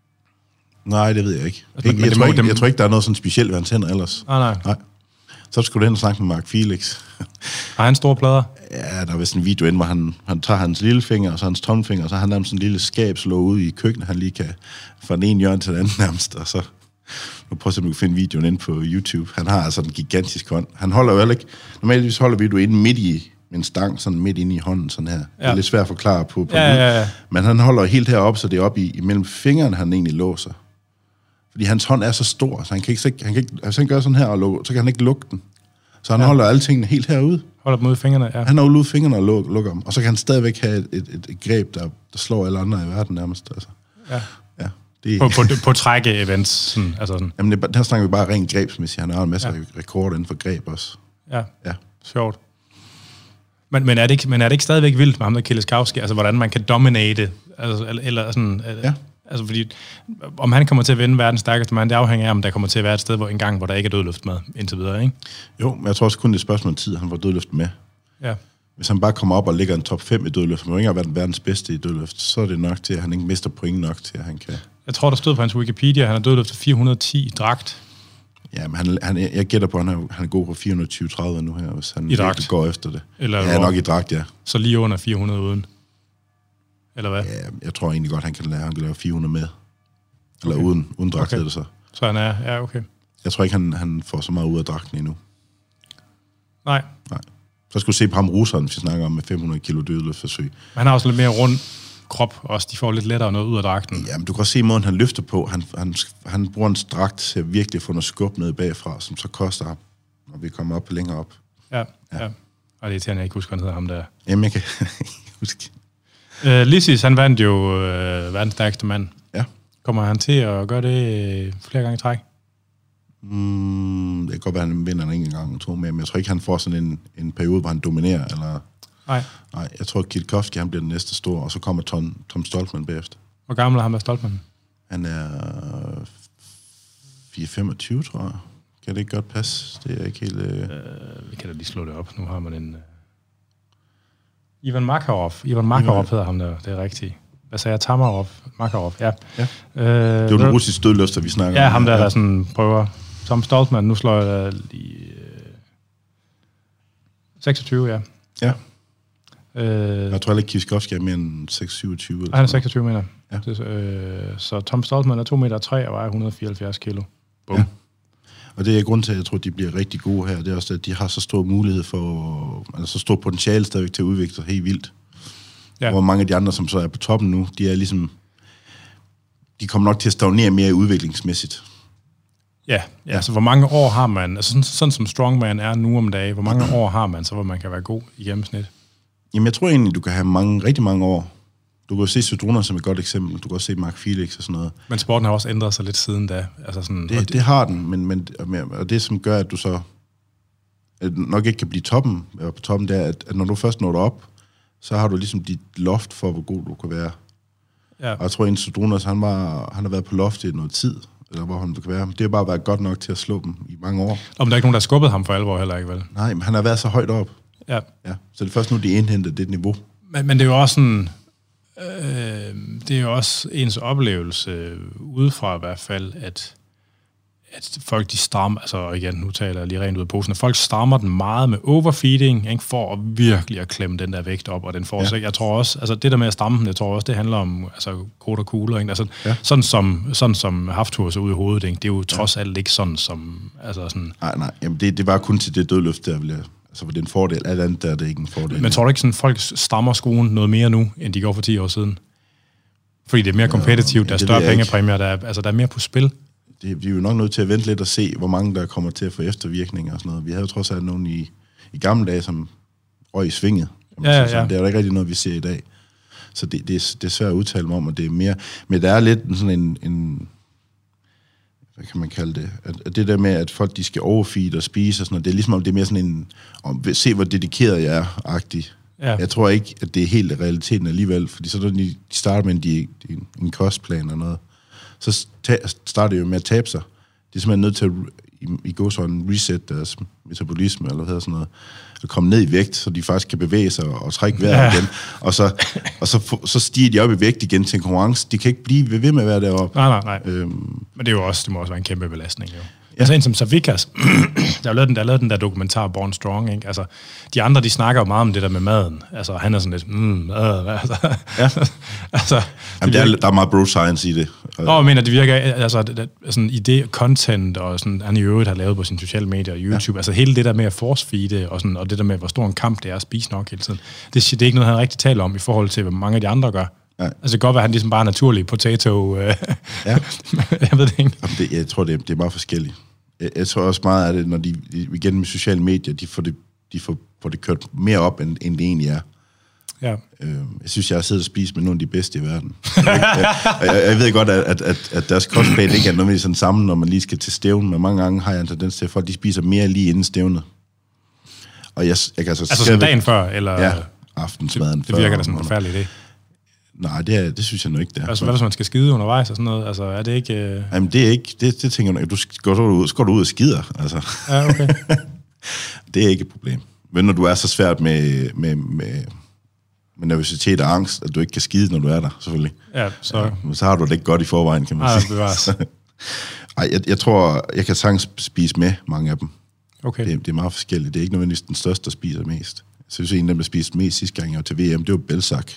Nej, det ved jeg ikke. Altså, Jeg tror ikke, der er noget sådan specielt ved hans hænder ellers. Nej. Så skulle du hen og snakke med Mark Felix. Har han store plader? Ja, der er vist en video inde, hvor han tager hans lillefinger, og så hans tommelfinger, og så har han nærmest sådan en lille skab slået ud i køkkenet, han lige kan fra den ene hjørne til den anden nærmest, og så... Nu prøver jeg at finde videoen ind på YouTube. Han har altså en gigantisk hånd. Han holder jo ikke... Normalvis holder vi du inde midt i en stang, sådan midt inde i hånden, sådan her. Ja. Det er lidt svært at forklare på Ja. Men han holder helt heroppe, så det er oppe imellem fingrene, han egentlig låser. Fordi hans hånd er så stor, så han kan ikke altså han gør sådan her, og så kan han ikke lukke den. Så han holder alle tingene helt herude. Holder dem ud i fingrene, ja. Han har ud fingrene og lukker dem. Og så kan han stadigvæk have et greb, der slår alle andre i verden nærmest. Altså. Ja. Det, på trække-events. Sådan, altså sådan. Jamen, der snakker vi bare rent grebsmæssigt. Han har en masse rekorder inden for greb også. Ja. Sjovt. Men er det ikke stadigvæk vildt med ham der Kielskowski? Altså, hvordan man kan dominate? Altså, eller sådan... Ja. Altså, fordi om han kommer til at vinde verdens stærkeste mand, det afhænger af, om der kommer til at være et sted, hvor der ikke er dødløft med, indtil videre, ikke? Jo, men jeg tror også kun, det er et spørgsmål om tid, han får dødløft med. Ja. Hvis han bare kommer op og ligger en top 5 i dødløft, han må ikke have været verdens bedste i dødløft, så er det nok til, at han ikke mister point nok til, at han kan... Jeg tror, der stod på hans Wikipedia, at han har dødløftet 410 i dragt. Ja, men jeg gætter på, at han er god på 420-30 nu her, hvis han går efter det. Eller nok i dragt, ja. Så lige under 400 uden. Eller hvad? Ja, jeg tror egentlig godt, han kan lave 400 med. Eller uden dragt, det så. Så han er... Ja, okay. Jeg tror ikke, han får så meget ud af dragten endnu. Nej. Så skulle du se på ham russeren, hvis vi snakker om med 500 kilo dødløftforsøg. Han har også lidt mere rund krop også. De får lidt lettere noget ud af dragten. Jamen, du kan også se måden, han løfter på. Han bruger en dragt til at virkelig få noget skub ned bagfra, som så koster ham, når vi kommer op længere op. Ja. Og det er til, jeg ikke husker, han hedder ham der. Jamen, jeg kan huske. Lissis, han vandt jo verdens stærkeste mand. Ja. Kommer han til at gøre det flere gange i træk? Det kan godt være, at han vinder en enkelt gang eller to mere, men jeg tror ikke, han får sådan en periode, hvor han dominerer. Eller... Nej, jeg tror, at Kielkowski, han bliver den næste store, og så kommer Tom Stoltman bagefter. Hvor gammel er han med Stoltman? Han er 4-25, tror jeg. Kan det ikke godt passe? Det er ikke helt... Vi kan da lige slå det op. Nu har man en... Ivan Makarov hedder ham der, det er rigtigt. Hvad sagde jeg? Makarov, ja. Det er jo den russiske dødløfter, vi snakker om. Ja, ham der sådan prøver. Tom Stoltman, nu slår jeg lige... 26, ja. Ja. Jeg tror ikke, Kielskowski er mere end 6-27. Han er 26 meter. Ja. Så Tom Stoltman er 2,3 meter og vejer 174 kilo. Bum. Ja. Og det er grund til, at jeg tror, at de bliver rigtig gode her. Det er også, at de har så stor mulighed for... Altså så stor potentiale stadigvæk til at udvikle sig helt vildt. Ja. Hvor mange af de andre, som så er på toppen nu, de er ligesom... De kommer nok til at stagnere mere udviklingsmæssigt. Ja. Så hvor mange år har man... Altså sådan som strongman er nu om dagen, hvor mange år har man så, hvor man kan være god i gennemsnit? Jamen, jeg tror egentlig, du kan have rigtig mange år. Du kan jo se Sudruna som et godt eksempel. Du kan også se Mark Felix og sådan noget. Men sporten har også ændret sig lidt siden da. Altså sådan, det har den, men og det, som gør, at du så nok ikke kan blive på toppen, det er, at når du først når op, så har du ligesom dit loft for, hvor god du kan være. Ja. Og jeg tror, at Sudruna, han har været på loft i noget tid, eller hvor han kan være. Det har bare været godt nok til at slå dem i mange år. Og der er ikke nogen, der har skubbet ham for alvor heller ikke, vel? Nej, men han har været så højt op. Ja. Så det er først nu, de indhenter det niveau. Men det er jo også sådan... det er jo også ens oplevelse udefra i hvert fald, at folk de strammer, altså igen, nu taler jeg lige rent ud af posen, at folk strammer den meget med overfeeding, ikke, for at virkelig at klemme den der vægt op, og den får sig. Jeg tror også, altså det der med at stramme den, jeg tror også, det handler om altså kort og kugler, ikke? Altså, sådan som Hafthor så ud i hovedet, ikke? Det er jo trods alt ikke sådan som, altså sådan... Nej, jamen det var kun til det dødløft, der ville jeg... Altså, for det er en fordel. Alt andet der er det ikke en fordel. Men tror du ikke, sådan folk strammer skruen noget mere nu, end de gjorde for 10 år siden? Fordi det er mere kompetitivt, der er større pengempræmier, der er mere på spil. Vi er jo nok nødt til at vente lidt og se, hvor mange der kommer til at få eftervirkninger og sådan noget. Vi havde jo trods alt nogen i gamle dage, som røg i svinget. Ja. Det er der ikke rigtig noget, vi ser i dag. Så det er svært at udtale mig om, og det er mere... Men der er lidt sådan en hvad kan man kalde det? At det der med, at folk de skal overfeed og spise og sådan noget, det er ligesom om det er mere sådan en, se hvor dedikeret jeg er-agtig. Ja. Jeg tror ikke, at det er helt realiteten alligevel, fordi så når de starter med en kostplan og noget, så starter det jo med at tabe sig. Det er simpelthen nødt til at gå sådan en reset deres metabolisme, eller hvad hedder sådan noget. komme ned i vægt, så de faktisk kan bevæge sig og trække vejret igen. Og så stiger de op i vægt igen til en konkurrence. De kan ikke blive ved med at være deroppe. Nej. Men det må også være en kæmpe belastning, jo. Ja. Altså en som Savikas, der har lavet den der dokumentar Born Strong, ikke? Altså, de andre, de snakker jo meget om det der med maden. Altså, han er sådan lidt, Jamen, der er meget bro science i det. Jeg mener, det virker, altså, sådan idé, content, og sådan, han i øvrigt har lavet på sine sociale medier og YouTube, altså hele det der med at force-feede, og det der med, hvor stor en kamp det er at spise nok hele tiden, det er ikke noget, han rigtig taler om, i forhold til, hvad mange af de andre gør. Ja. Altså, det kan godt være, at han ligesom bare er naturlig potato. Ja. Jeg ved det ikke. Jamen, jeg tror, det er meget forskelligt. Jeg tror også meget af det, når de igen med sociale medier, de får det kørt mere op, end det egentlig er. Ja. Jeg synes, jeg har siddet og spist med nogle af de bedste i verden. Jeg ved godt, at deres kostplan ikke er nødvendigvis sådan sammen, når man lige skal til stævnen, men mange gange har jeg en tendens til, at folk de spiser mere lige inden stævnet. Og jeg kan altså sådan dagen før? Eller? Ja, aftensmaden før. Det virker da sådan forfærdeligt, det. Nej, det synes jeg nu ikke, det er. Altså, hvad hvis man skal skide undervejs og sådan noget? Altså, er det ikke... Jamen, det er ikke... Det tænker jeg, du går du ud og skider, altså. Ja, okay. Det er ikke et problem. Men når du er så svært med nervøsitet og angst, at du ikke kan skide, når du er der, selvfølgelig. Ja, så har du det ikke godt i forvejen, kan man sige. Ej, jeg tror, jeg kan sagtens spise med mange af dem. Okay. Det er meget forskelligt. Det er ikke nødvendigvis den største, der spiser mest. Jeg synes, en af dem, der spiste mest sidste gang, jeg var til VM, det var Belsak.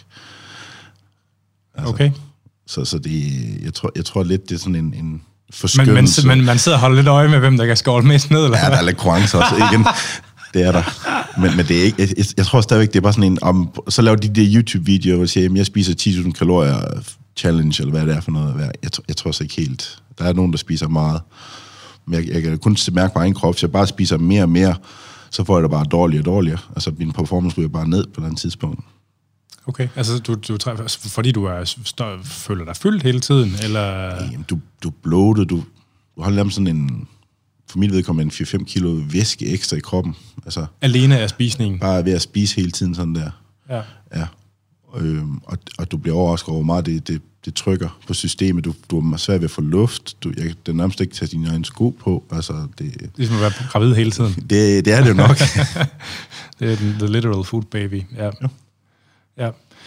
Altså, okay. Så det, jeg tror lidt, det er sådan en forskyndelse. Men man sidder og holder lidt øje med, hvem der kan skåle mest ned, eller ja, der er lidt konkurrence også, igen. Det er der. Men det er ikke... Jeg tror stadigvæk, det er bare sådan en... så laver de der YouTube-videoer, hvor de siger, jeg spiser 10.000 kalorier challenge, eller hvad det er for noget. Jeg tror så ikke helt. Der er nogen, der spiser meget. Men jeg kan kun mærke på egen krop, hvis jeg bare spiser mere og mere, så får jeg det bare dårligere og dårligere. Altså, min performance ryger bare ned på et eller andet tidspunkt. Okay, altså du fordi du føler dig fyldt hele tiden, eller... Jamen, du er bloated, du har nærmest sådan en... For mit vedkommende 4-5 kilo væske ekstra i kroppen. Altså, alene af spisningen? Bare ved at spise hele tiden sådan der. Ja. Og du bliver overrasket over meget, det trykker på systemet. Du er svært ved at få luft. Jeg kan nærmest ikke tage dine egne sko på. Altså, det ligesom at være gravid hele tiden. Det er det jo nok. Det er the literal food baby. Ja.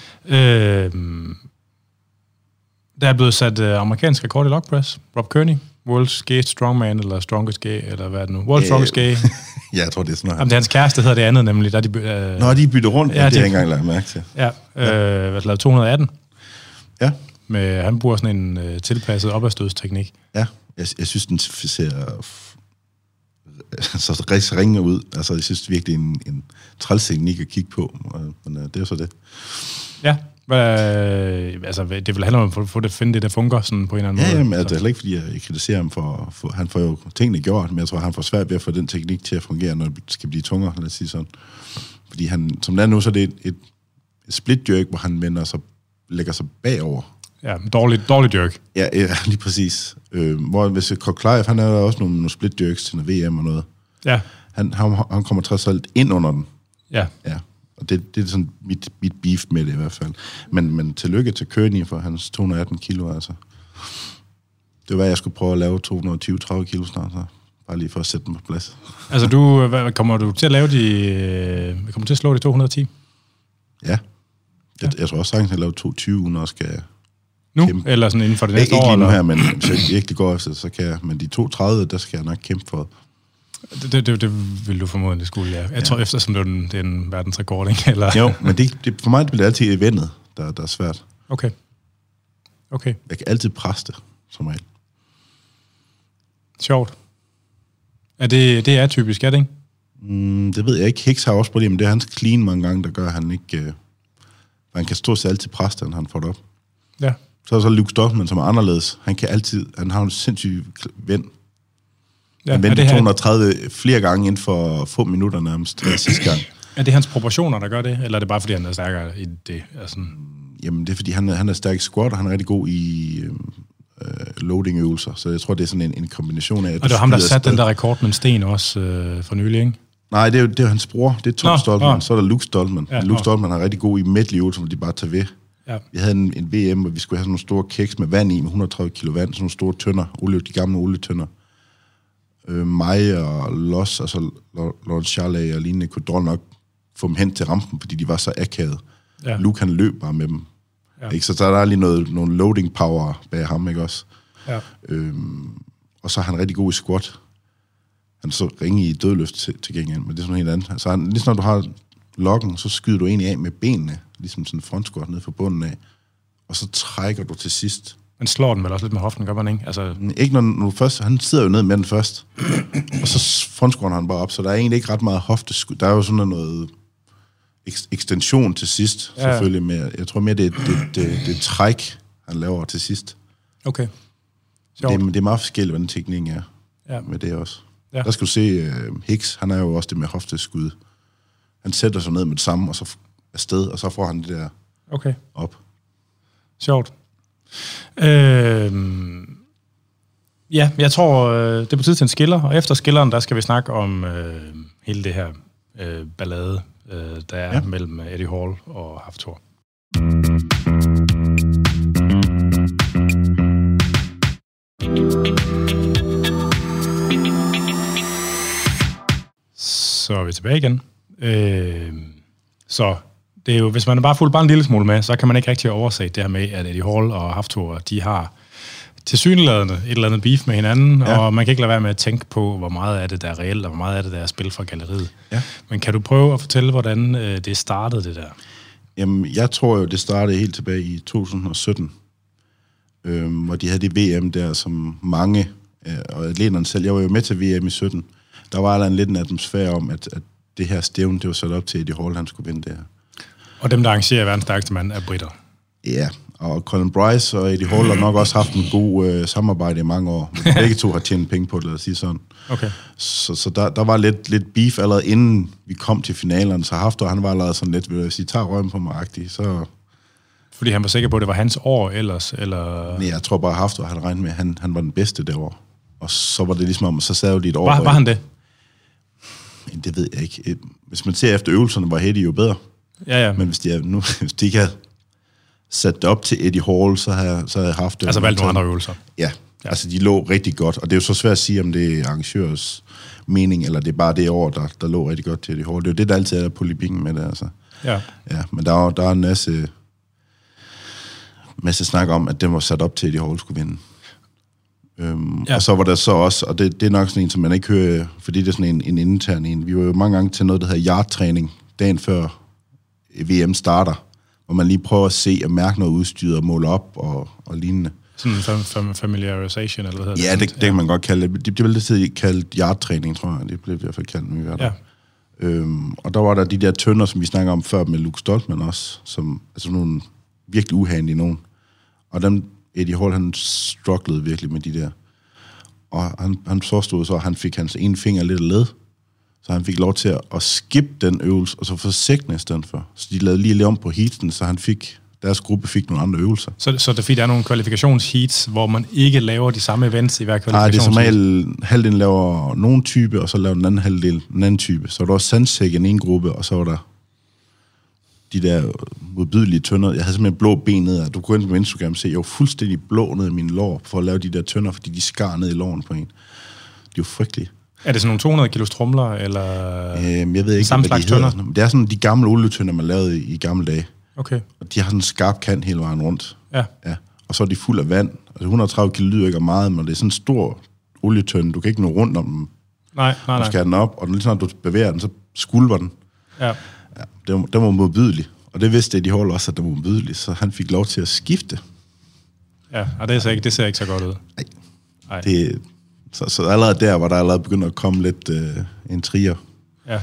Der er blevet sat amerikansk rekord i log press. Rob Kearney, World's Gayest Strongman, eller Strongest Gay, eller hvad er det nu? World's Strongest Gay. Ja, jeg tror, det er sådan noget. Jamen, det er hans kæreste, hedder det andet, nemlig. Der de de bytter rundt, ja, det har jeg ikke engang lagt mærke til. Ja, lavet 218. Ja. Han bruger sådan en tilpasset opadstødsteknik. Ja, jeg synes, den ser så rigtig ringe ud. Altså, jeg synes virkelig, en træls teknik at kigge på. Men det er jo så det. Ja. Altså, det vil handle om at få det, finde det, der fungerer sådan på en eller anden måde. Ja, men det er heller ikke, fordi jeg kritiserer ham for han får jo tingene gjort, men jeg tror, han får svært ved at få den teknik til at fungere, når det skal blive tungere, lad os sige sådan. Fordi han, som det er nu, så er det et split jerk, hvor han vender sig, lægger sig bagover. Ja, dårlig jerk. Ja, lige præcis. Hvor hvis Koklejev, han har også nogle split jerks til noget VM og noget. Ja. Han kommer trods alt ind under den. Ja. Og det er sådan mit beef med det i hvert fald. Men tillykke til Kearney for hans 218 kilo, altså. Det var, jeg skulle prøve at lave 220-30 kilo snart, så bare lige for at sætte dem på plads. Altså, kommer du til at lave kommer til at slå de 210? Ja. Jeg tror også sagtens, at jeg laver 220, uden også skal nu? Kæmpe. Eller sådan inden for det næste år? Ikke lige nu eller? her, men hvis jeg virkelig går efter, så kan jeg. Men de 230, der skal jeg nok kæmpe for. Det vil du formodentlig skulle, ja. Jeg tror, eftersom det er en verdensrekord, ikke? Eller? Jo, men for mig bliver det altid eventet, der er svært. Okay. Jeg kan altid presse det, som regel. Sjovt. Det er typisk, er det ikke? Det ved jeg ikke. Hicks har også problemer, men det er hans clean mange gange, der gør, at han ikke... han kan stå sig altid presse det, når han får det op. Ja. Så er der så Luke Stockman, som er anderledes. Han har en sindssyg vind. Ja, han vendte 230 flere gange inden for få minutter nærmest sidste gang. Er det hans proportioner, der gør det? Eller er det bare, fordi han er stærkere i det? Altså... Jamen, det er, fordi han er stærk i squat, og han er rigtig god i loading-øvelser. Så jeg tror, det er sådan en kombination af... Og det var ham, der satte den der rekord med Sten også for nylig, ikke? Nej, det er hans bror. Det er Tom Stoltman. Så er der Luke Stoltman. Ja, Luke Stoltman er rigtig god i medley-øvelser, hvor de bare tager ved. Ja. Vi havde en VM, hvor vi skulle have sådan nogle store keks med vand i, med 130 kilo vand, sådan nogle store tønder, de gamle olietønder. mig og Los, altså Lawrence Charley og lignende, kunne dårligt nok få dem hen til rampen, fordi de var så akavet. Ja. Luke, han løb bare med dem. Ja. Ikke? Så der er lige nogle loading power bag ham, ikke også? Ja. Og så er han rigtig god i squat. Han så ringe i dødløft til gengæld, men det er sådan helt andet. Altså, ligesom når du har loggen, så skyder du egentlig af med benene, ligesom sådan en frontsquat ned fra bunden af, og så trækker du til sidst. Men slår den vel også lidt med hoften, gør man ikke? Altså... Ikke når du først, han sidder jo ned med den først, og så frontsquatter han bare op, så der er egentlig ikke ret meget hofteskud. Der er jo sådan noget ekstension til sidst, selvfølgelig. Med, jeg tror mere, det er træk, han laver til sidst. Okay. Det er meget forskelligt, hvad den teknik er med det også. Ja. Der skal du se, Hicks, han er jo også det med hofteskud. Han sætter sig ned med det samme, og så afsted, og så får han det der op. Sjovt. Ja, jeg tror, det er på tid til en skiller, og efter skilleren, der skal vi snakke om hele det her ballade, der er mellem Eddie Hall og Hafthor. Så er vi tilbage igen. Så det er jo, hvis man bare fulgt bare en lille smule med, så kan man ikke rigtig overse det her med, at Eddie Hall og Hafthor, de har tilsyneladende et eller andet beef med hinanden, og man kan ikke lade være med at tænke på, hvor meget af det, der er reelt, og hvor meget af det, der er spil fra galleriet. Ja. Men kan du prøve at fortælle, hvordan det startede, det der? Jamen, jeg tror jo, det startede helt tilbage i 2017, hvor de havde det VM der, som mange, og atleterne selv, jeg var jo med til VM i 17, der var lidt en atmosfære om, at det her stævne, det var sat op til Eddie Hall, han skulle vinde det her. Og dem, der arrangerer verdens stærkeste mand, er britter. Ja, og Colin Bryce og Eddie Hall har nok også haft en god samarbejde i mange år. Begge to har tjent penge på det, lad os sige sådan. Okay. Så der var lidt beef allerede inden vi kom til finalerne, så Hafthor, han var allerede sådan lidt, vil jeg sige, tager røven på mig-agtig, så... Fordi han var sikker på, at det var hans år ellers, eller... Nej, jeg tror bare, Hafthor havde regnet med, at han var den bedste derovre. Og så var det ligesom om, så sad de et år... Var han det? Det ved jeg ikke. Hvis man ser efter øvelserne, var Eddie jo bedre. Ja. Men hvis de ikke havde sat det op til Eddie Hall, så havde jeg haft det. Altså valgt nogle andre øvelser. Ja, altså de lå rigtig godt. Og det er jo så svært at sige, om det er arrangørers mening, eller det er bare det år, der lå rigtig godt til Eddie Hall. Det er jo det, der altid er polemikken med det, altså. Ja, men der er en masse snak om, at den var sat op til, at Eddie Hall skulle vinde. Og så var der så også, og det er nok sådan en, som man ikke hører, fordi det er sådan en intern en. Vi var jo mange gange til noget, der hedder yard-træning, dagen før VM starter, hvor man lige prøver at se og mærke noget udstyr og måle op og lignende. Sådan familiarization, eller hvad hedder det? Ja, det kan man godt kalde det. Det blev lidt kaldt yard-træning, tror jeg. Det blev i hvert fald kaldt, når vi var der. Og der var der de der tønder, som vi snakker om før med Luke Stoltman også, som altså nogle virkelig uhandige nogen. Og dem, Eddie Hall, han strugglede virkelig med de der. Og han forstod så, at han fik hans ene finger lidt led, så han fik lov til at skippe den øvelse, og så få sækkene i stedet for. Så de lavede lige om på heatsen, så deres gruppe fik nogle andre øvelser. Så det er fordi, der er nogle kvalifikationsheats, hvor man ikke laver de samme events i hver kvalifikationsheat? Nej, det er som halvdelen laver nogen type, og så laver den anden halvdel en anden type. Så var der også sandsæk i en gruppe, og så var der de der modbydelige tønder. Jeg havde simpelthen blå ben ned, og du kunne ind på Instagram og se, jeg var fuldstændig blå ned i mine lår, for at lave de der tønder, fordi de skar ned i låren på en. De var frygtelige. Er det sådan nogle 200 kilos tromler, eller jeg ved ikke, samme slags tønder? Det er sådan de gamle olietønder, man lavede i gamle dage. Okay. Og de har sådan en skarp kant hele vejen rundt. Ja. Og så er de fuld af vand. Altså 130 kilo lyder ikke meget, men det er sådan en stor olietønde. Du kan ikke nå rundt om den. Nej. Du skal have den op, og lige når du bevæger den, så skulver den. Ja. Den var modbydelig. Og det vidste Eddie Hall også, at den var modbydelig, så han fik lov til at skifte. Ja, og det ser ikke så godt ud. Nej. Så allerede der var der allerede begyndt at komme lidt intriger. Ja.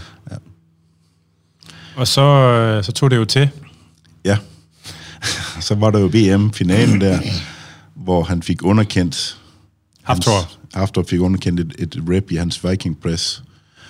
Og så tog det jo til. Ja. Så var der jo VM-finalen der, hvor han fik underkendt... Hafthor fik underkendt et rep i hans Viking Press.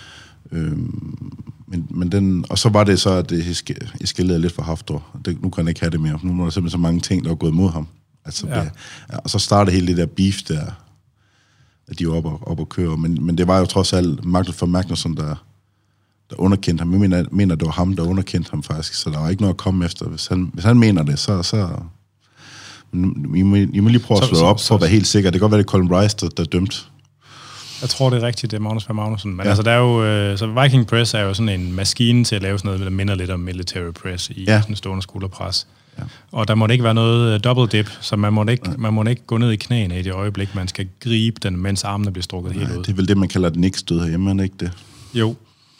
Men den... Og så var det så, at det eskalerede lidt for Hafthor. Nu kan han ikke have det mere. Nu var der simpelthen så mange ting, der var gået mod ham. Altså, og så startede hele det der beef der, at de var op og køre. Men det var jo trods alt Magnusson, der underkendte ham. Jeg mener, det var ham, der underkendte ham faktisk, så der var ikke noget at komme efter. Hvis han mener det, så I må lige prøve at slå op for at være helt sikker. Det kan godt være, det er Colin Bryce, der dømt. Jeg tror, det er rigtigt, det er Magnus Magnussen. Men altså, der er jo... så Viking Press er jo sådan en maskine til at lave sådan noget, der minder lidt om military press i sådan en stående skulderpres. Ja. Og der må ikke være noget double dip, så man må ikke gå ned i knæene i det øjeblik, man skal gribe den, mens armene bliver strukket helt ud. Det er vel det, man kalder et nikstød herhjemme, er ikke det? Jo.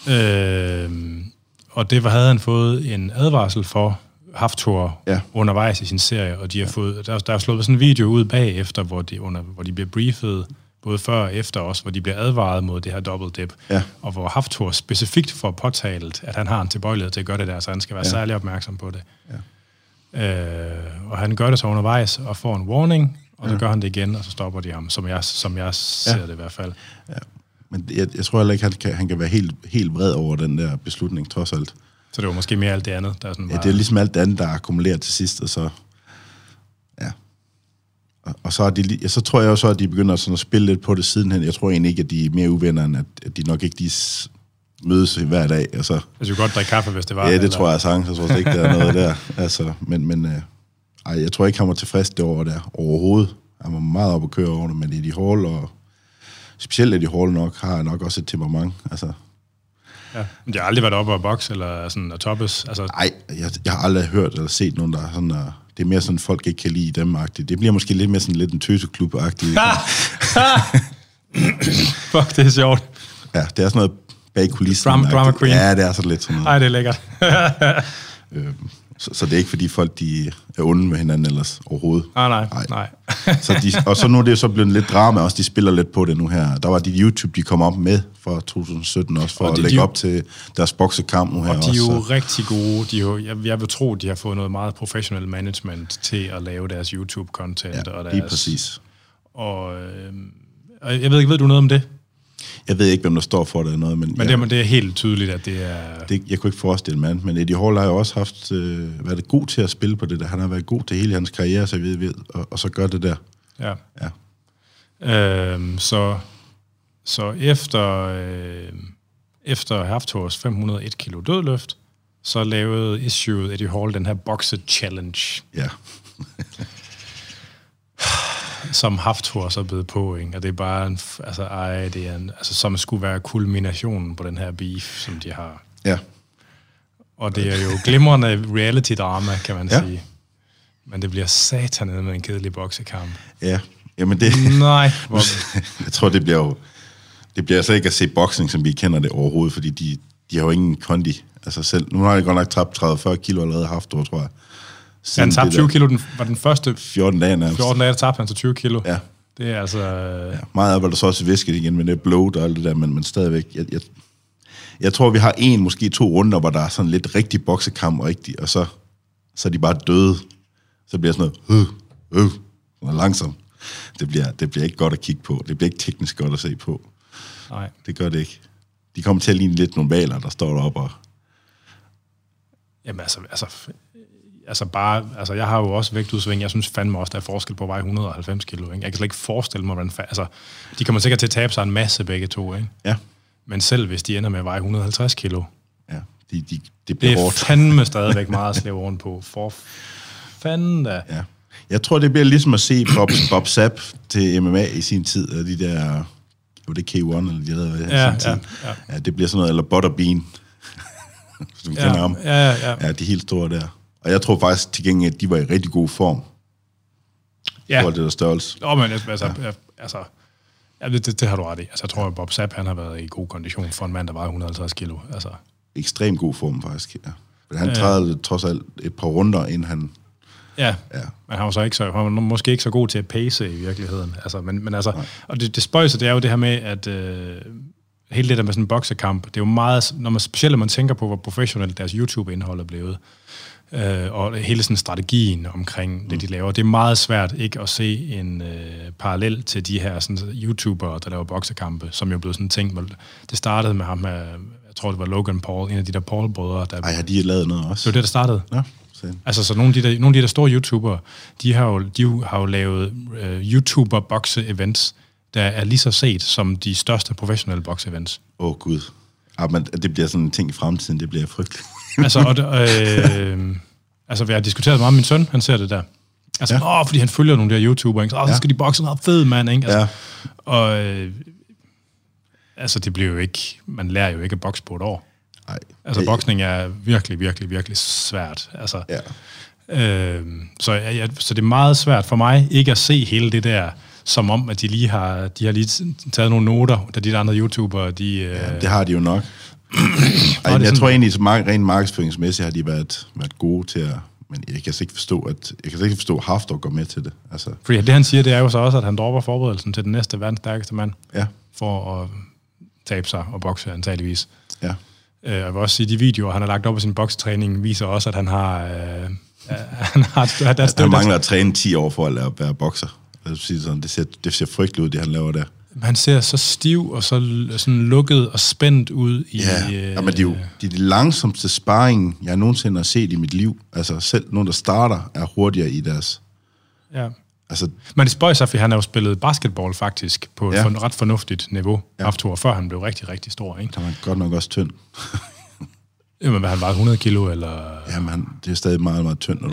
Og det havde han fået en advarsel for Hafthor undervejs i sin serie, og de har fået, der er slået sådan en video ud bagefter, hvor de bliver briefet, både før og efter også, hvor de bliver advaret mod det her double dip, og hvor Hafthor specifikt får påtalt, at han har en tilbøjelighed til at gøre det der, så han skal være særlig opmærksom på det. Og han gør det så undervejs og får en warning, og så gør han det igen, og så stopper de ham, som jeg ser det i hvert fald. Ja. Men jeg tror heller ikke, han kan være helt vred over den der beslutning, trods alt. Så det var måske mere alt det andet, der er sådan det er ligesom alt det andet, der akkumulerer til sidst, og så... Ja. Og så tror jeg også, at de begynder sådan at spille lidt på det sidenhen. Jeg tror egentlig ikke, at de er mere uvenner, end at de nok ikke de mødes hver dag. Altså, jeg skulle godt drikke kaffe, hvis det var. Ja, det tror jeg sagtens. Jeg tror ikke, der er noget der. Altså, men jeg tror ikke, han var tilfreds det over der overhovedet. Han var meget op at køre over det, men Eddie Hall, og specielt Eddie Hall har nok også et temperament. Altså, ja, men jeg har aldrig været oppe og bokse, eller sådan at toppes. Altså... Nej, jeg har aldrig hørt eller set nogen, der sådan... Det er mere sådan, folk ikke kan lide dem-agtigt. Det bliver måske lidt mere sådan lidt en tøseklub-agtigt. Fuck, det er sjovt. Ja, det er sådan noget bag kulissen. Drama queen. Ja, det er sådan lidt sådan noget. Nej, det er lækkert. Så det er ikke, fordi folk de er onde med hinanden ellers overhovedet. Nej. Og så nu er det så blevet lidt drama også. De spiller lidt på det nu her. Der var de YouTube, de kom op med fra 2017 også, for at lægge op til deres boksekamp nu her. Og de er jo rigtig gode. Jeg vil tro, de har fået noget meget professional management til at lave deres YouTube-content. Ja, og deres, lige præcis. Og jeg ved ikke, ved du noget om det? Jeg ved ikke, hvem der står for det eller noget, men det er helt tydeligt, at det er... Jeg kunne ikke forestille mig, men Eddie Hall har jo også været god til at spille på det der. Han har været god til hele hans karriere, så jeg ved, og så gør det der. Ja. Så efter Hafthors 501 kilo dødløft, så lavede Eddie Hall den her boxe challenge. Ja. Som Hafthor så blevet på, ikke? Og det er bare som skulle være kulminationen på den her beef, som de har. Ja. Og det er jo glimrende reality-drama, kan man sige. Men det bliver satanet med en kedelig boksekamp. Ja. Jamen det... Nej. Jeg tror, det bliver altså ikke at se boksning, som vi kender det overhovedet, fordi de har jo ingen kondi. Altså selv... Nu har jeg godt nok tabt 30-40 kilo allerede Hafthor, tror jeg. Han tabte 20 kilo, var den første 14 dage nærmest. 14 dage, der tabte han til 20 kilo. Ja. Det er altså... Ja, meget af, var der så også visket igen, men det er blowed og alt det der, men stadigvæk... Jeg tror, vi har måske 2 runder, hvor der er sådan lidt rigtig boksekamp, og så er de bare døde. Så bliver sådan noget... langsomt. Det bliver ikke godt at kigge på. Det bliver ikke teknisk godt at se på. Nej. Det gør det ikke. De kommer til at ligne lidt nogle valer, der står deroppe og... Jamen jeg har jo også vægtudsving. Jeg synes fandme også, der er forskel på vej 190 kilo. Ikke? Jeg kan slet ikke forestille mig, hvordan... de kommer sikkert til at tabe sig en masse begge to, ikke? Ja. Men selv hvis de ender med at veje 150 kilo... Ja, det bliver hårdt. Det er fandme stadigvæk meget at slæve ovenpå. For fanden da. Ja. Jeg tror, det bliver ligesom at se Bob Sapp til MMA i sin tid, og de der... Var det K1, eller de der i sin tid? Ja, det bliver sådan noget, eller Butterbean. Hvis du kender ham. Ja, de helt store der. Og jeg tror faktisk til gengæld, at de var i rigtig god form. Ja. For det der størrelse. Men det har du ret i. Altså, jeg tror, at Bob Sapp, han har været i god kondition for en mand, der var 150 kilo. Altså. Ekstrem god form, faktisk, ja. Men han trædede trods alt et par runder, inden han... Ja. Men han var måske ikke så god til at pace i virkeligheden. Altså, men altså, og det spøjse, det er jo det her med, at hele det der med sådan en boksekamp, det er jo meget, specielt når man tænker på, hvor professionelt deres YouTube-indhold er blevet, og hele sådan strategien omkring det, de laver. Det er meget svært ikke at se en parallel til de her sådan, YouTubere, der laver boksekampe, som jo blev sådan en ting. Det startede med ham, jeg tror det var Logan Paul, en af de der Paul-brødre. Har de lavet noget også? Det var det, der startede. Ja. Altså, så nogle af de der store YouTubere, de har jo lavet YouTuber-bokse-events, der er lige så set som de største professionelle bokse-events. Gud. Men det bliver sådan en ting i fremtiden, det bliver frygteligt. Vi har diskuteret meget med min søn, han ser det der. Fordi han følger nogle der YouTubere, ikke? Så skal de bokse noget fed, mand, ikke? Altså, altså det bliver jo ikke, man lærer jo ikke at bokse på et år. Nej. Altså boksning er virkelig, virkelig, virkelig svært. Altså, så det er meget svært for mig ikke at se hele det der, som om, at de har lige taget nogle noter, da de andre YouTubere, det har de jo nok. Jeg tror egentlig, rent markedsføringsmæssigt har de været gode til at... Men jeg kan ikke forstå, at Hafthor går med til det. Altså. Fordi det, han siger, det er jo så også, at han dropper forberedelsen til den næste verdens stærkeste mand. Ja. For at tabe sig og bokse antageligvis. Ja. Jeg vil også sige, at de videoer, han har lagt op i sin boksetræning, viser også, at han har... han mangler at træne 10 år for at lære at være bokser. Det ser frygteligt ud, det han laver der. Han ser så stiv og så sådan lukket og spændt ud i... Ja, men det er jo de langsomste sparring, jeg nogensinde har set i mit liv. Altså selv nogen, der starter, er hurtigere i deres... Ja. Altså, men det spøjser, fordi han har jo spillet basketball faktisk på et ret fornuftigt niveau, før han blev rigtig, rigtig stor. Ikke? Der var godt nok også tynd. Jamen, han var 100 kilo, eller... Jamen, det er stadig meget, meget tynd.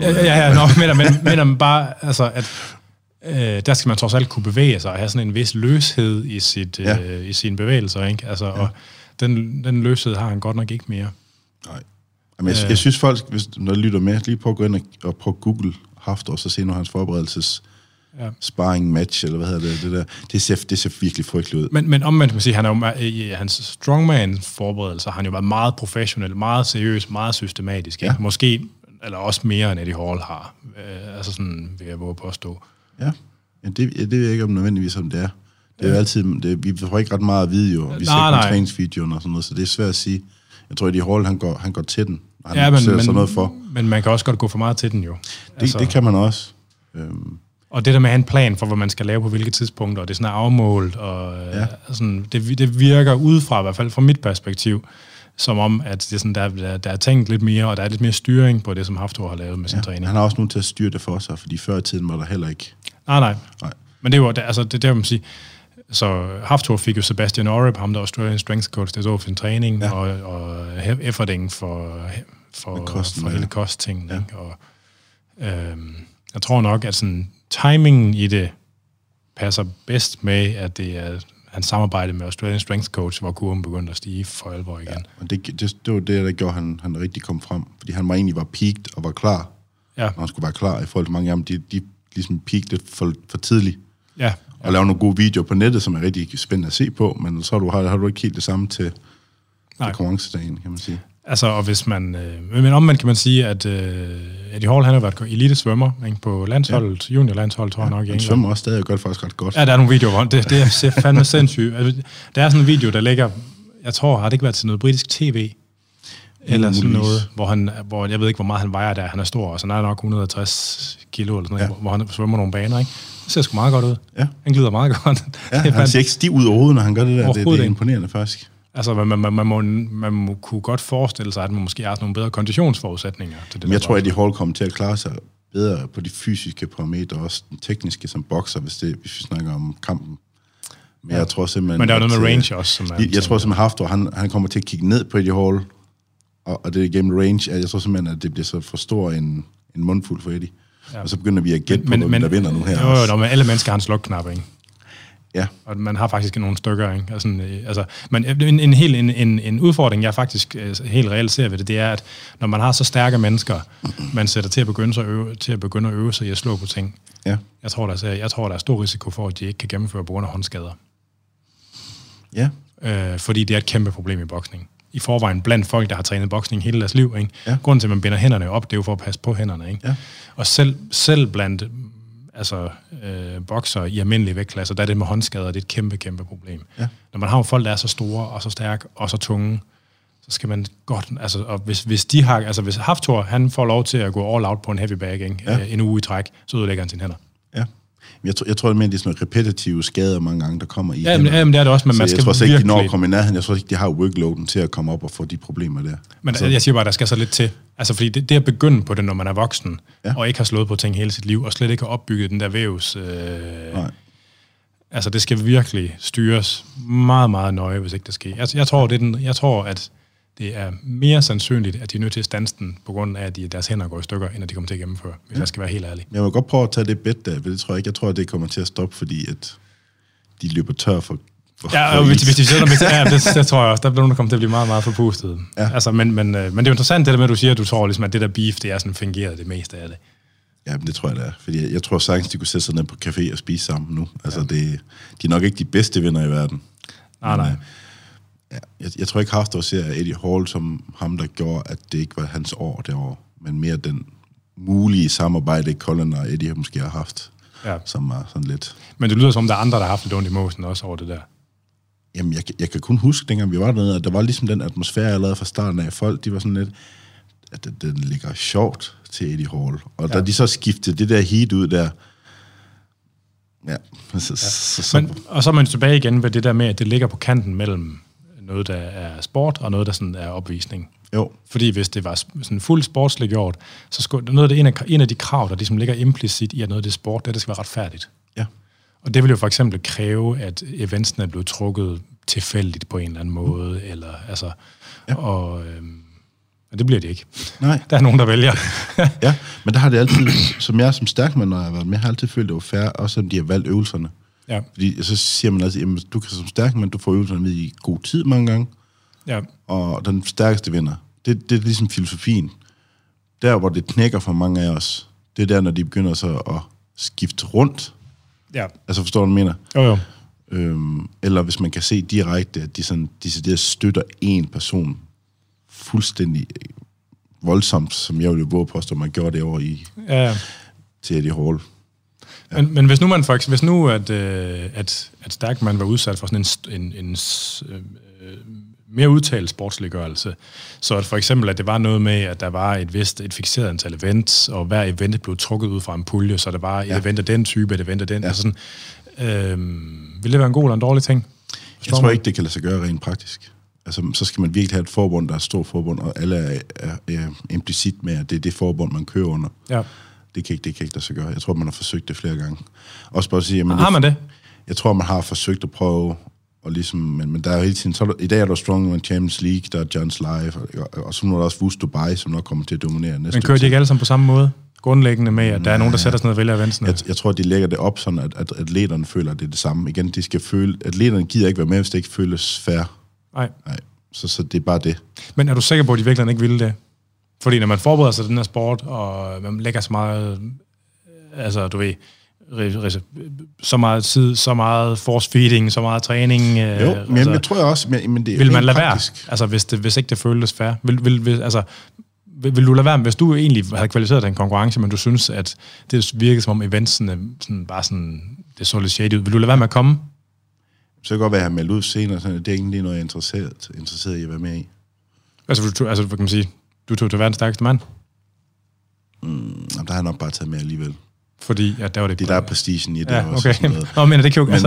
Men bare, altså, at der skal man trods alt kunne bevæge sig og have sådan en vis løshed i sine bevægelser, ikke? Altså, og den løshed har han godt nok ikke mere. Nej. Jamen, jeg synes folk, når de lytter med, lige prøv at gå ind og prøv at google Hafthor, og så se nu hans forberedelses sparring match, eller hvad hedder det der. Det ser virkelig frygteligt ud. Men omvendt, man sige, han er jo i hans strongman-forberedelser, han jo været meget professionel, meget seriøs, meget systematisk. Ikke? Måske, eller også mere end Eddie Hall har. Altså sådan, vil jeg våge påstå. Ja, det ved jeg ikke om nødvendigvis, om det er. Det er jo altid, vi får ikke ret meget at vide jo. Vi ser kun træningsvideoen og sådan noget, så det er svært at sige. Jeg tror, at Eddie Hall, han går til den. Han sætter sådan noget for. Men man kan også godt gå for meget til den jo. Det kan man også. Og det der med at have en plan for, hvad man skal lave på hvilke tidspunkter, og det er sådan afmålt, og sådan, det virker udefra, i hvert fald fra mit perspektiv, som om, at det er sådan, der er tænkt lidt mere, og der er lidt mere styring på det, som Hafthor har lavet med sin træning. Han har også nogen til at styre det for sig, fordi før i tiden var der heller ikke... Nej. Men det er jo, altså, det der, man siger, så Hafthor fik jo Sebastian Oreb, ham der Australian Strength Coach, der så for sin træning, og Efferding for hele kosttingene. Ja. Og jeg tror nok, at sådan, timingen i det passer bedst med, at det er hans samarbejde med Australian Strength Coach, hvor kurven begyndte at stige for alvor igen. Ja, og det var det, der gjorde, han rigtig kom frem. Fordi han egentlig var peaked og var klar. Ja. Når han skulle være klar i forhold til mange af dem, de ligesom peaked lidt for tidligt. Ja. Og lave nogle gode videoer på nettet, som er rigtig spændende at se på, men så har du ikke helt det samme til konkurrencedagen, kan man sige. Altså, og hvis man... men omvendt kan man sige, at Eddie Hall, han har været elite-svømmer på landsholdet, juniorlandsholdet, tror jeg nok. Han svømmer også stadig, og gør det faktisk ret godt. Ja, der er nogle videoer, hvor det ser fandme sindssygt. Altså, der er sådan en video, der ligger... Jeg tror, har det ikke været til noget britisk tv? Eller sådan noget, hvor jeg ved ikke, hvor meget han vejer der. Han er stor, og så han er nok 160 kilo eller sådan noget, hvor han svømmer nogle baner, ikke? Det ser sgu meget godt ud. Ja. Han glider meget godt. Ja, han ser ikke stiv ud overhovedet, når han gør det der. Det er imponerende, faktisk. Altså, man må kunne godt forestille sig, at man måske har nogle bedre konditionsforudsætninger til det. Men jeg tror, at Eddie Hall kommer til at klare sig bedre på de fysiske parametre, også den tekniske som bokser, hvis vi snakker om kampen. Men jeg tror simpelthen... Men der er noget med range også. Som jeg tror simpelthen, Hafthor, han kommer til at kigge ned på Eddie Hall, og det er gennem range, jeg tror simpelthen, at det bliver så for stor en mundfuld for Eddie. Ja. Og så begynder vi at gætte på, hvem der vinder nu her. Jo, men alle mennesker har en slukknap, ikke? Ja. Og man har faktisk nogle stykker, ikke? Altså, men en udfordring, jeg faktisk helt reelt ser ved det er, at når man har så stærke mennesker, man sætter til at begynde at øve sig i at slå på ting. Ja. Jeg tror, der er stor risiko for, at de ikke kan gennemføre på grund af håndskader. Ja. Fordi det er et kæmpe problem i boksning. I forvejen blandt folk, der har trænet boksning hele deres liv, ikke? Ja. Grunden til, at man binder hænderne op, det er jo for at passe på hænderne, ikke? Ja. Og selv blandt bokser i almindelige vægtklasser, der er det med håndskader, det er et kæmpe, kæmpe problem. Ja. Når man har folk, der er så store og så stærke og så tunge, så skal man godt, altså, og hvis Hafthor, han får lov til at gå all out på en heavy bag, ikke? En uge i træk, så ødelægger han sine hænder. Ja. Jeg tror, det er sådan nogle repetitive skader mange gange, der kommer i. Ja, men det er det også, men man skal jeg tror ikke, de når at komme i nærheden. Jeg tror ikke, de har workloaden til at komme op og få de problemer der. Men jeg siger bare, der skal så lidt til. Altså, fordi det at begynde på det, når man er voksen, og ikke har slået på ting hele sit liv, og slet ikke har opbygget den der vævs... altså, det skal virkelig styres meget, meget nøje, hvis ikke det sker. Jeg tror, at det er mere sandsynligt, at de er nødt til at standse den, på grund af, at deres hænder går i stykker, end at de kommer til at gennemføre, hvis jeg skal være helt ærlig. Jeg vil godt prøve at tage det bet der, for det tror jeg ikke. Jeg tror, at det kommer til at stoppe, fordi at de løber tør for hvis de sætter det tror jeg også, der bliver nogen, der kommer til at blive meget, meget forpustet. Ja. Altså, men det er jo interessant det der med, at du siger, at du tror, ligesom, at det der beef, det er sådan fingeret det meste af det. Ja, men det tror jeg, det er. Fordi jeg tror sagtens, de kunne sætte sig ned på café og spise sammen nu. Altså, de er nok ikke de bedste venner i verden. Nej. Jeg tror ikke, Hafthor ser Eddie Hall som ham, der gjorde, at det ikke var hans år derovre, men mere den mulige samarbejde, Colin og Eddie måske har haft, som var sådan lidt... Men det lyder som, der er andre, der har haft lidt ondt i mosen også over det der. Jamen, jeg kan kun huske, dengang vi var dernede, at der var ligesom den atmosfære, jeg lavede fra starten af. Folk, de var sådan lidt, at den ligger sjovt til Eddie Hall. Og da de så skiftede det der heat ud der... Ja. Og så er man tilbage igen ved det der med, at det ligger på kanten mellem noget, der er sport, og noget, der sådan er opvisning. Jo. Fordi hvis det var sådan fuldt sportsligt gjort, så skulle noget af det, en af de krav, der ligesom ligger implicit i, at noget af det sport, det skal være retfærdigt. Ja. Og det vil jo for eksempel kræve, at eventsene er blevet trukket tilfældigt på en eller anden måde, eller altså... Ja. Og det bliver det ikke. Nej. Der er nogen, der vælger. Ja, men der har det altid, som jeg som stærkmand, når jeg har været med, har altid følt, det var fair, også selvom de har valgt øvelserne. Ja. Fordi så siger man altid, jamen, du kan som stærkmand, du får øvelserne med i god tid mange gange, og den stærkeste vinder. Det er ligesom filosofien. Der, hvor det knækker for mange af os, det er der, når de begynder så at skifte rundt. Ja. Altså, forstår du, hvad jeg mener? Jo. Eller hvis man kan se direkte, at de sådan decideret støtter en person fuldstændig voldsomt, som jeg ville våge påstå, man gjorde det over i til Eddie Hall. Ja. Men hvis nu man hvis nu at Stærkman var udsat for sådan en mere udtalt sportsliggørelse, så at for eksempel, at det var noget med, at der var et fikseret antal events, og hver event blev trukket ud fra en pulje, så der var et event af den type, et event af den. Altså sådan, vil det være en god eller en dårlig ting? Jeg tror ikke, det kan lade sig gøre rent praktisk. Altså, så skal man virkelig have et forbund, der er et stort forbund, og alle er implicit med, at det er det forbund, man kører under. Ja. Det kan ikke lade sig gøre. Jeg tror, man har forsøgt det flere gange. Også bare at sige, jamen, har man det? Jeg tror, man har forsøgt at prøve, og ligesom, men der er jo hele tiden, så i dag er der Strongman Champions League, der er John's Live, og så nu er der også Wust Dubai, som nok kommer til at dominere næste. Men kører de ikke alle sammen på samme måde? Grundlæggende med, at der er nogen, der sætter sig ned og vælger eventsene? Jeg tror, de lægger det op sådan, at atleterne føler, at det er det samme. Igen, de skal føle, atleterne gider ikke være med, hvis det ikke føles fair. Nej. Så det er bare det. Men er du sikker på, at de virkelig ikke ville det? Fordi når man forbereder sig til den her sport, og man lægger så meget, altså du ved, så meget tid, så meget force feeding, så meget træning. Jo, men altså, jeg tror også, men det er vil man lade være? Altså hvis ikke det føltes fair? Vil du lade være, hvis du egentlig havde kvalificeret den konkurrence, men du synes, at det virkede som om eventsene sådan, bare sådan, det så lidt shady ud. Vil du lade være med at komme? Så kan godt være, at jeg har meldt ud senere, så det er ikke lige noget, jeg er interesseret i at være med i. Altså, hvad kan man sige? Du tog til verdens stærkeste mand? Der har jeg nok bare taget med alligevel. Fordi, ja, der var det... Det der er prestigen i det ja, også. Okay. Men det kan jo...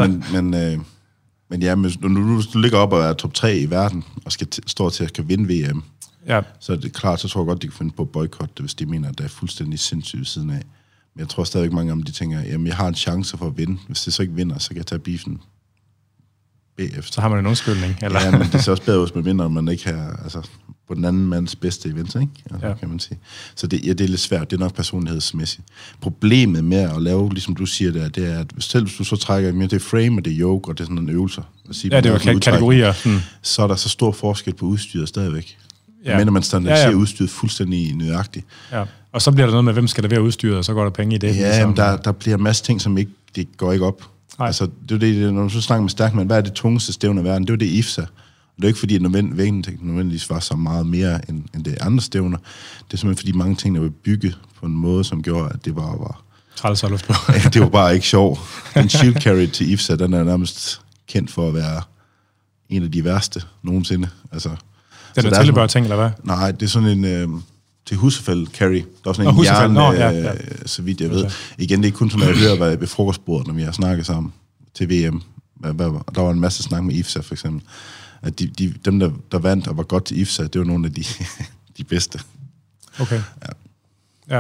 Men ja, når du ligger op og er top 3 i verden, og står til at vinde VM, så er det klart, så tror jeg godt, de kan finde på at boykotte det, hvis de mener, at det er fuldstændig sindssygt ved siden af. Men jeg tror stadigvæk mange af dem, de tænker, jamen jeg har en chance for at vinde. Hvis det så ikke vinder, så kan jeg tage beefen bagefter. Så har man en undskyldning, eller? Ja, men det ser også bedre ud, hvis man vinder, man ikke har altså, på den anden mands bedste event, ikke? Altså, kan man sige. Så det er lidt svært. Det er nok personlighedsmæssigt. Problemet med at lave, ligesom du siger det er, at selv hvis du så trækker mere, det er frame, og det er yoke, og det er sådan en øvelser. Ja, det er jo kategorier. Så er der så stor forskel på udstyret stadigvæk. Ja. Men når man standardiserer udstyret fuldstændig nøjagtigt. Ja. Og så bliver der noget med, hvem skal levere udstyret, og så går der penge i det. Ja, ligesom. Der bliver en masse ting, som ikke, det går ikke op. Nej. Altså, det er det, når du så snakker med Stærkman, hvad er det tungeste stævne af verden? Det er det IFSA. Det er ikke fordi, at nødvendigvis var så meget mere end det andre stævner. Det er simpelthen fordi, mange ting var bygget på en måde, som gjorde, at det var træls at luft på. Det var bare ikke sjov. Den shield carry til IFSA, den er nærmest kendt for at være en af de værste nogensinde. Altså, den er tillebør ting, eller hvad? Nej, det er sådan en... til Husefeld carry. Der er sådan en jern, så vidt jeg ved. Igen, det er ikke kun som jeg hører ved frokostbordet, når vi har snakket sammen til VM. Der var en masse snak med IFSA, for eksempel. At dem, der vandt og var godt til IFSA, det var nogle af de bedste. Okay. Ja.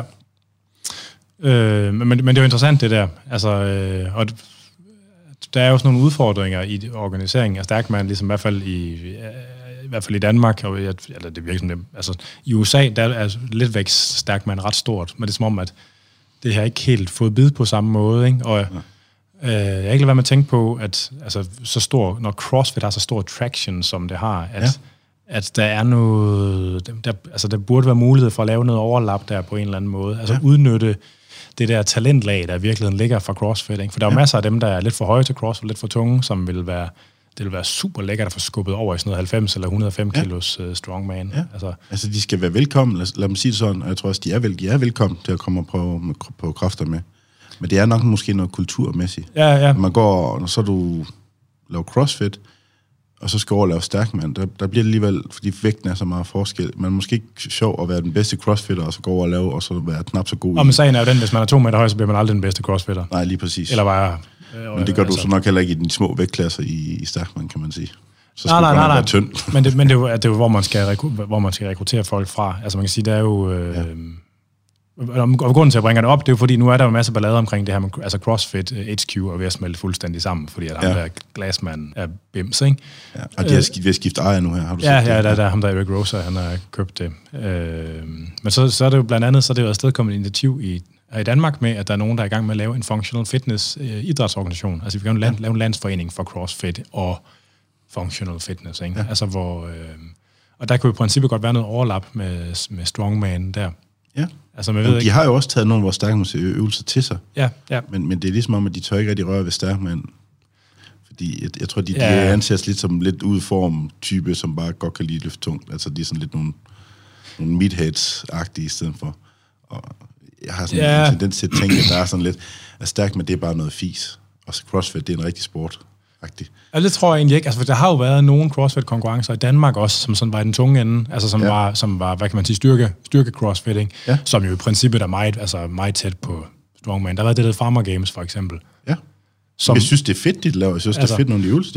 Men det er jo interessant, det der. Altså, og der er jo også nogle udfordringer i organiseringen af Stærkman, ligesom i hvert fald i Danmark, eller det virker som det. Altså, i USA, der er lidt væk Stærkman ret stort, men det er som om, at det har ikke helt fået bid på samme måde, ikke? Og Jeg kan ikke lade være med at tænke på, at altså, så stor, når CrossFit har så stor traction, som det har, at der er noget... Der burde være mulighed for at lave noget overlap der på en eller anden måde. Altså udnytte det der talentlag, der virkelig ligger fra CrossFit. Ikke? For der er jo masser af dem, der er lidt for høje til CrossFit, lidt for tunge, som vil være... Det vil være super lækkert at få skubbet over i sådan noget 90 eller 105 kilos strongman. Ja. Altså, de skal være velkommen, lad mig sige det sådan, og jeg tror også, de er velkommen til at komme og prøve på kræfter med. Men det er nok måske noget kulturmæssigt. Ja. Man går, så du laver CrossFit, og så skal over og lave stærkmand. Der bliver det alligevel, fordi vægten er så meget forskel. Man er måske ikke sjov at være den bedste crossfitter, og så gå over og lave, og så være knap så god. Men sagen er jo den, hvis man er 2 meter høj, så bliver man aldrig den bedste crossfitter. Nej, lige præcis. Eller bare... Men det gør du så nok heller ikke i de små vægtklasser i stærkmand, kan man sige. Så skal man være tynd. men det er jo hvor man skal rekruttere folk fra. Altså man kan sige, der er jo... Og grunden til at bringe det op, det er jo fordi, nu er der jo en masse ballade omkring det her med altså CrossFit HQ og ved at smelte fuldstændig sammen, fordi at ham der Glassman er bims, ikke? Ja, og de har skiftet ejer nu her, har du set det? Ja, der er ham der Eric Rosa, han har købt det. Men så er det jo blandt andet, så er det jo afstedkommet et initiativ i Danmark med, at der er nogen, der er i gang med at lave en functional fitness idrætsorganisation. Altså vi kan lave en landsforening for CrossFit og functional fitness, ikke? Ja. Altså hvor... og der kunne i princippet godt være noget overlap med strongman der. Ja. Altså, man ved de har jo også taget nogle af vores stærkmandsøvelser til sig. Ja. Men det er ligesom om, at de tør ikke rigtig røre ved stærkmand. Fordi jeg tror, de anses lidt som lidt udform type, som bare godt kan lide løfte tungt. Altså de er sådan lidt nogle meatheads-agtige i stedet for. Og jeg har sådan en tendens til at tænke, at der er sådan lidt, at stærkmand det er bare noget fis. Og så CrossFit, det er en rigtig sport. Ja, det tror jeg egentlig ikke. Altså, for der har jo været nogle CrossFit-konkurrencer i Danmark også, som sådan var i den tunge ende, altså som var, hvad kan man sige, styrke-crossfitting, som jo i princippet er meget tæt på strongman. Der har været det der Farmer Games, for eksempel. Ja. Jeg synes, det er fedt, de laver. Jeg synes, det er fedt, nogle af de øvelser,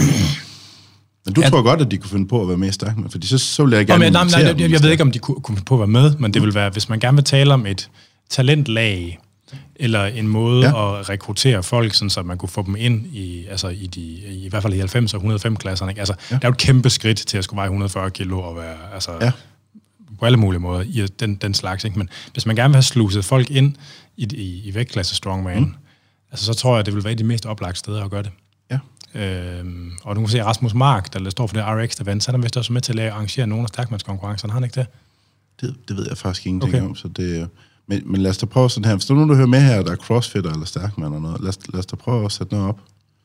Men du tror godt, at de kunne finde på at være mere stærke med, fordi så vil jeg gerne... Jeg ved ikke, om de kunne finde på at være med, men det vil være, hvis man gerne vil tale om et talentlag, eller en måde at rekruttere folk, sådan, så man kunne få dem ind i hvert fald i 90 og 105-klasserne. Altså, der er jo et kæmpe skridt til at skulle veje 140 kilo og være på alle mulige måder i den slags. Ikke? Men hvis man gerne vil have sluset folk ind i vægtklasse strongman, altså, så tror jeg, det vil være de mest oplagte steder at gøre det. Ja. Og du kan se Rasmus Mark, der står for det RX-event, så er han vist også med til at arrangere nogle af stærkmandskonkurrencerne. Har han ikke det? Det ved jeg faktisk ingenting om, så det... Men lad os da prøve sådan her. Hvis der er nogen, der hører med her, der er crossfitter eller stærkmand eller noget, lad os da prøve at sætte noget op.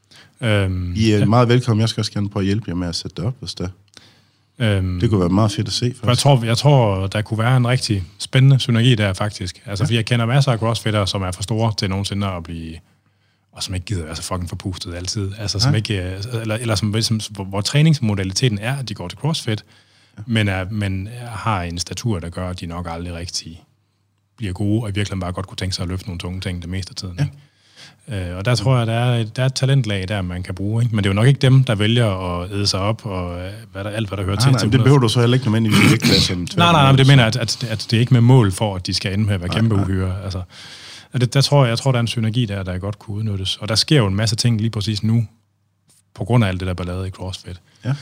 I er meget velkommen. Jeg skal også gerne prøve at hjælpe jer med at sætte det op, hvis det det kunne være meget fedt at se. Jeg tror, der kunne være en rigtig spændende synergi der, faktisk. Altså, fordi jeg kender masser af crossfitter, som er for store til nogensinde at blive... Og som ikke gider være så fucking forpustet altid. Altså, som ikke... Eller som, hvor træningsmodaliteten er, at de går til CrossFit, men har en statur, der gør, at de nok aldrig rigtig bliver gode, og i virkeligheden bare godt kunne tænke sig at løfte nogle tunge ting det meste af tiden. Ikke? Og der tror jeg, der er et talentlag der, man kan bruge. Ikke? Men det er jo nok ikke dem, der vælger at æde sig op, og hvad der hører til. Nej, det behøver du så heller ikke nødvendigvis i vægtklassen. Nej, men det mener at det er ikke med mål for, at de skal ende med at være kæmpe uhyre. Altså, jeg tror, der er en synergi der godt kunne udnyttes. Og der sker jo en masse ting lige præcis nu, på grund af alt det der ballade i CrossFit. Ja.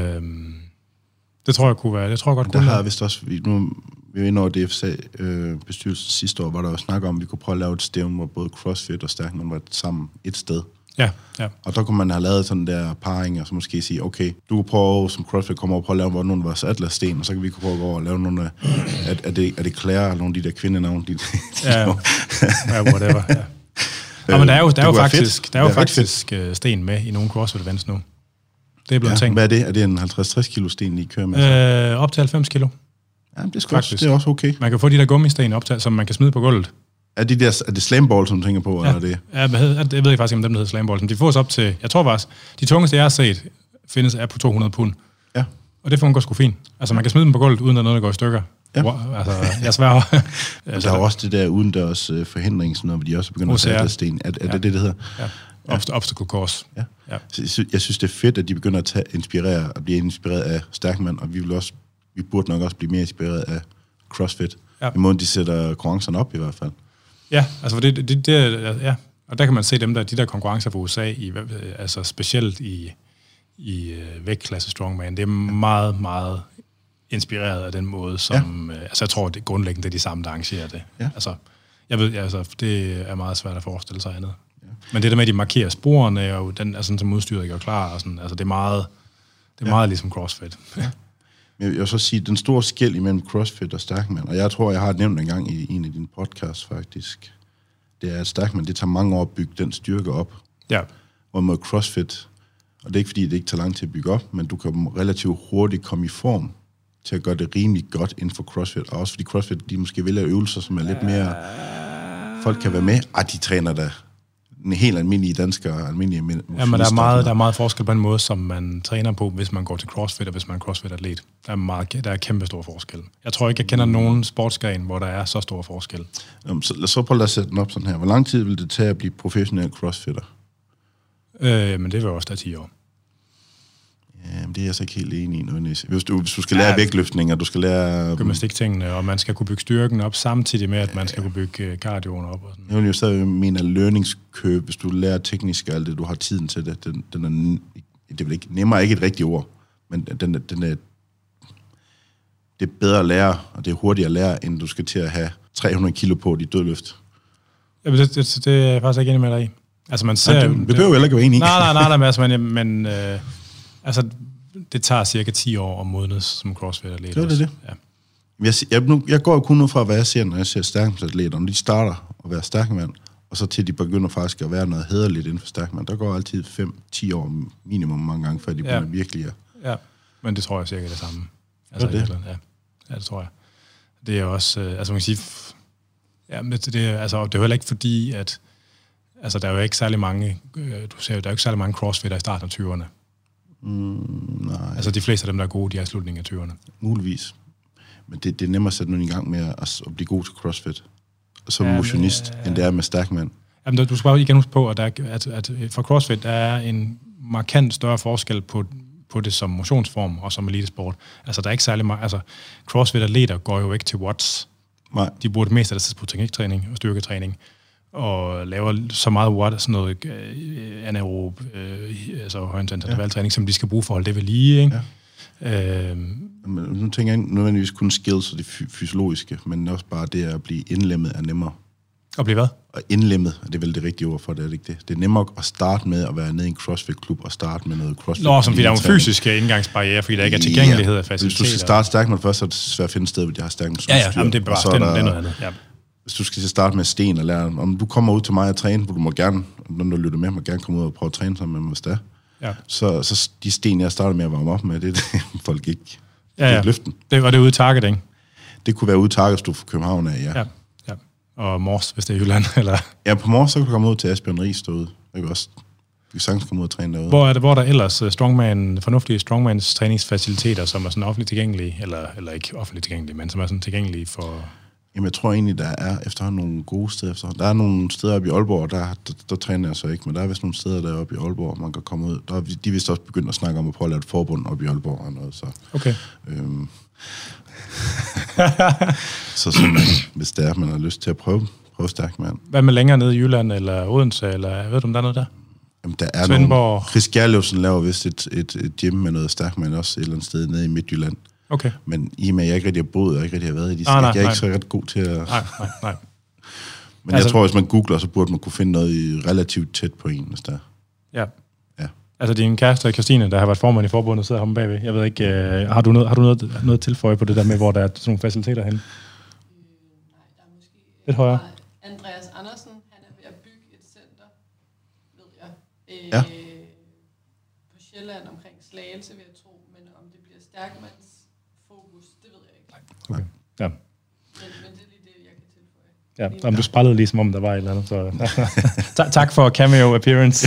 Det tror jeg kunne være. Det tror jeg godt kunne. Der har vist også... Nu, vi var inde over DFSA-bestyrelsen sidste år, hvor der jo snakker om, at vi kunne prøve at lave et stævn, hvor både CrossFit og stærkmand var sammen et sted. Ja. Og der kunne man have lavet sådan der parring, og så måske sige, okay, du kunne prøve, som CrossFit kommer og prøve at lave nogle af vores Atlas-sten, og så kan vi prøve at gå over og lave nogle af... Er det Claire, nogle af de der kvindenavne? Whatever, ja. Men der er jo faktisk sten med i nogle CrossFit-events nu. Det er blevet tænkt. Hvad er det? Er det en 50-60 kilo sten, I kører med? Op til 90 kilo. Ja, det er også okay. Man kan få de der gummisten op til, som man kan smide på gulvet. Er det slamball, som du tænker på? Ja, eller det? Jeg ved ikke faktisk, om dem, der hedder slamball. Men de fås op til, jeg tror faktisk, de tungeste, jeg har set, findes er på 200 pund. Ja. Og det fungerer sgu fint. Altså, man kan smide dem på gulvet, uden at noget, der går i stykker. Ja. Altså, jeg sværger. Der er også det der udendørs forhindring, sådan noget, hvor de også begynder at tage sten. Er det det hedder? Ja. Obstacle course. Ja. Jeg synes, det er fedt, at de begynder at blive inspireret af stærkmand, og vi burde nok også blive mere inspireret af CrossFit. Ja. I måden, de sætter konkurrencerne op i hvert fald. Ja, altså ja. Og der kan man se de der konkurrencer for USA, altså specielt i vægtklasse strongman, det er meget, meget inspireret af den måde, som... Altså jeg tror, det er grundlæggende det er de samme, der arrangerer det. Ja. Altså, jeg ved, det er meget svært at forestille sig andet. Men det der med, at de markerer sporene, og den, altså, som udstyret gør klar, og sådan, altså, det er meget ligesom CrossFit. Ja. Jeg vil så sige, den store skel imellem CrossFit og Stærkmand, og jeg tror, jeg har nævnt en gang i en af dine podcasts faktisk, det er, at Stærkmand, det tager mange år at bygge den styrke op. Ja. Hvor med CrossFit, og det er ikke fordi, det ikke tager lang tid at bygge op, men du kan relativt hurtigt komme i form til at gøre det rimelig godt inden for CrossFit. Og også fordi CrossFit, de måske vælger øvelser, som er lidt mere... Folk kan være med. De træner da en helt almindelige danskere, almindelige motionister. Ja, men der er meget forskel på en måde, som man træner på, hvis man går til CrossFit, og hvis man er CrossFit-atlet. Der er kæmpe stor forskel. Jeg tror ikke, jeg kender nogen sportsgren, hvor der er så stor forskel. Så prøv at sætte den op sådan her. Hvor lang tid vil det tage at blive professionel CrossFitter? Men det vil også tage 10 år. Jamen, det er jeg så ikke helt enig i. Hvis du skal lære vægtløftning, og du skal lære... Gymnastiktingene, og man skal kunne bygge styrken op, samtidig med, at man skal kunne bygge cardioen op. Og sådan. Jeg vil jo stadig mene, at learningskøb, hvis du lærer teknisk og alt det, du har tiden til det, den er... Det er vel ikke... Nemmere er ikke et rigtigt ord, men den er... Det er bedre at lære, og det er hurtigere at lære, end du skal til at have 300 kilo på dit dødløft. Ja, det er jeg faktisk ikke enig med dig i. Altså, man ser... Det behøver jo heller ikke være enig i. Nej, men altså, det tager cirka 10 år at modnes som CrossFit-atlet. Det. Ja. Jeg går jo kun ud fra, hvad jeg ser, når jeg ser stærkmandsatleter. Når de starter at være stærkmand, og så til de begynder faktisk at være noget hæderligt inden for stærkmand. Der går altid 5-10 år minimum mange gange, før de begynder virkelig at... Ja, men det tror jeg cirka det samme. Altså, det? Ja, det tror jeg. Det er også... altså, man kan sige... Ja, men det er jo heller ikke fordi, at... Altså, der er jo ikke særlig mange... Du ser jo, der er jo ikke særlig mange crossfitter i starten af 20'erne. Nej. Altså, de fleste af dem, der er gode, de er i slutningen af 20'erne. Muligvis. Men det er nemmere at sætte nogen i gang med at blive god til CrossFit. Som motionist, end det er med stærkmand. Jamen, du skal bare igen huske på, at for CrossFit der er en markant større forskel på det som motionsform og som elitesport. Altså, der er ikke særlig meget... Altså, CrossFit-atleter går jo ikke til watts. Nej. De bruger det meste af det på tekniktræning og styrketræning. Og laver så meget sådan noget anaerob, altså højintens intervaltræning, som de skal bruge for at holde det ved lige, ikke? Ja. Nu tænker jeg ikke nødvendigvis kun skills og det fysiologiske, men også bare det at blive indlemmet er nemmere. At blive hvad? Og indlemmet, det er vel det rigtige ord for det, er det ikke det? Det er nemmere at starte med at være nede i en CrossFit-klub og starte med noget CrossFit. Som fordi der er nogle fysiske indgangsbarriere, fordi der ikke er tilgængelighed af faciliteter. Hvis du skal starte stærkt med først, så er det svært at finde et sted, hvor de har stærkt med udstyr. Ja, det er bare det er noget andet. Ja. Hvis du skal starte med sten og lære, om du kommer ud til mig og træne, hvor du må gerne, når du lytter med, må gerne komme ud og prøve at træne sammen med mig, hvis det er. Ja. Så de sten, jeg starter med at varme op med, det er det, folk ikke løften. Det var det ude i Target, ikke? Det kunne være ude i Target, hvis du fra København af, ja. Og Mors, hvis det er Jylland, eller... Ja, på Mors, så kan du komme ud til Asbjørn Ries derude. Jeg kan også... Vi sagtens komme ud og træne derude. Hvor er der ellers fornuftige strongmans træningsfaciliteter, som er sådan offentligt tilgængelige, eller ikke offentligt tilgængelige, men som er sådan tilgængelige for... Jamen, jeg tror egentlig, der er efterhånden nogle gode steder. Der er nogle steder oppe i Aalborg, der træner jeg så ikke, men der er vist nogle steder deroppe i Aalborg, man kan komme ud. De er vist også begyndt at snakke om at prøve at lave et forbund oppe i Aalborg og noget, så... Okay. så hvis det er, man har lyst til at prøve stærkt, mand. Hvad med længere nede i Jylland, eller Odense, eller ved du, om der er noget der? Jamen, der er Svendborg. nogle... Chris Gerløvsen laver vist et gym med noget stærkt, men også et eller andet sted nede i Midtjylland. Okay. Men i og med, at jeg ikke rigtig har boet og ikke rigtig har været i de jeg er ikke så ret god til at... Nej. Men jeg tror, hvis man googler, så burde man kunne finde noget relativt tæt på en, hvis der. Ja. Altså din kæreste, Christine, der har været formand i forbundet, sidder ham bagved. Jeg ved ikke, har du noget tilføje på det der med, hvor der er sådan nogle faciliteter henne? Nej, der er måske... Lidt højere. Andreas Andersen, han er ved at bygge et center, ved jeg. På Sjælland omkring Slagelse, vil jeg tro. Men om det bliver stærkmands fokus, det ved jeg ikke. Okay. Ja. Men det er lige det, jeg kan tilføje. Ja, om du sprællede lige som om der var et eller andet. Så. Tak for cameo appearance.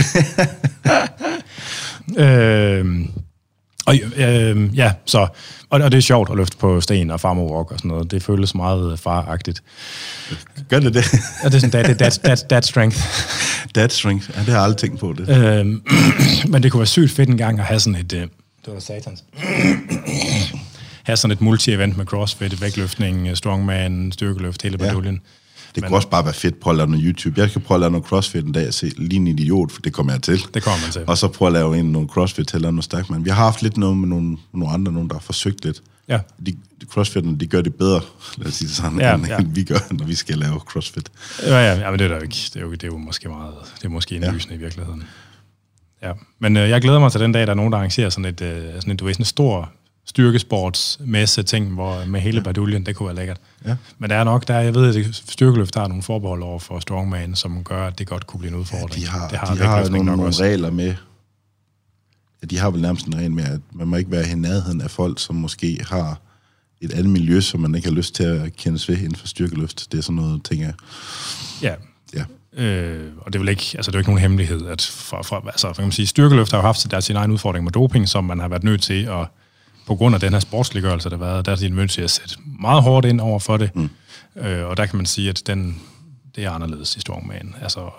Og det er sjovt at løfte på sten og farmer walk og sådan noget. Det føles meget faragtigt. Gør det? Ja, det er sådan dad strength. Dad strength, ja, det har jeg aldrig tænkt på det. Men det kunne være sygt fedt en gang at have sådan et... det var satans. Have sådan et multi-event med CrossFit, vægtløftning, strongman, styrkeløft, hele baduljen. Det kunne også bare være fedt. Prøv at lave noget YouTube. Jeg kan prøve at lave noget CrossFit en dag og se lige en idiot, for det kommer jeg til. Det kommer man til. Og så prøve at lave noget CrossFit til noget stærkt. Vi har haft lidt noget med nogle andre, der har forsøgt lidt. Ja. CrossFitterne, de gør det bedre, lad os sige det sådan, end vi gør, når vi skal lave CrossFit. Ja, men det er der jo ikke. Det er jo måske meget, det er måske indlysende i virkeligheden. Ja, men jeg glæder mig til den dag, der er nogen, der arrangerer sådan en stor styrkesportsmesse ting, hvor med hele baduljen, det kunne være lækkert. Ja. Men der er nok, jeg ved, at styrkeløft har nogle forbehold over for strongman, som gør, at det godt kunne blive en udfordring. Ja, de har nogle regler med. Ja, de har vel nærmest en regel med, at man må ikke være i nærheden af folk, som måske har et andet miljø, som man ikke har lyst til at kendes ved inden for styrkeløft. Det er sådan noget, ting af. Ja. Og det er vel ikke, det er jo ikke nogen hemmelighed, at kan man sige, styrkeløft har jo haft sin egen udfordring med doping, som man har været nødt til at, på grund af den her sportsliggørelse, der har været, der er de nødt til at sætte meget hårdt ind over for det. Og der kan man sige, at det er anderledes i strongman.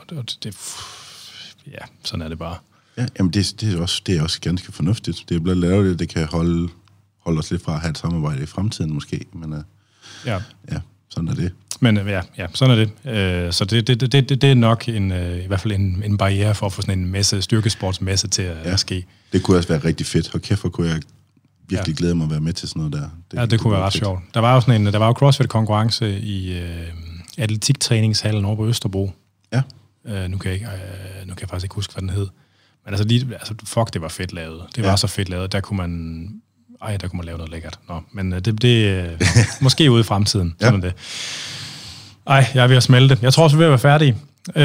Sådan er det bare. Ja, jamen det er også ganske fornuftigt. Det er blevet lavet, det kan holde os lidt fra at have et samarbejde i fremtiden måske, men ja, sådan er det. Men sådan er det. Så det er nok i hvert fald en barriere for at få sådan en styrkesportsmesse til at ske. Det kunne også være rigtig fedt. Og kæft, hvor kunne jeg virkelig glæde mig at være med til sådan noget der. Det kunne være ret sjovt. Der var jo CrossFit-konkurrence i atletiktræningshallen over på Østerbro. Ja. Nu kan jeg faktisk ikke huske, hvad den hed. Men fuck, det var fedt lavet. Det var så fedt lavet. Der kunne man lave noget lækkert. Men det måske ude i fremtiden. Sådan det. Jeg er ved at smelte. Jeg tror også, vi er ved at være færdige.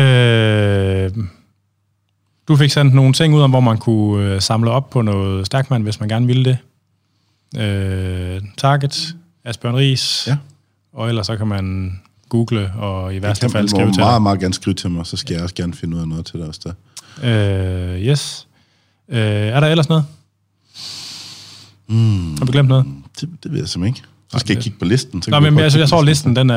Du fik sendt nogle ting ud om, hvor man kunne samle op på noget Stærkman, hvis man gerne ville det. Target, Asbjørn Riis. Ja. Og ellers så kan man google og i værste fald skrive til dig. Meget, meget gerne skrive til mig, så skal jeg også gerne finde ud af noget til dig også der. Yes. Er der ellers noget? Har vi glemt noget? Det ved jeg simpelthen ikke. Så skal jeg kigge på listen. Så jeg så listen, den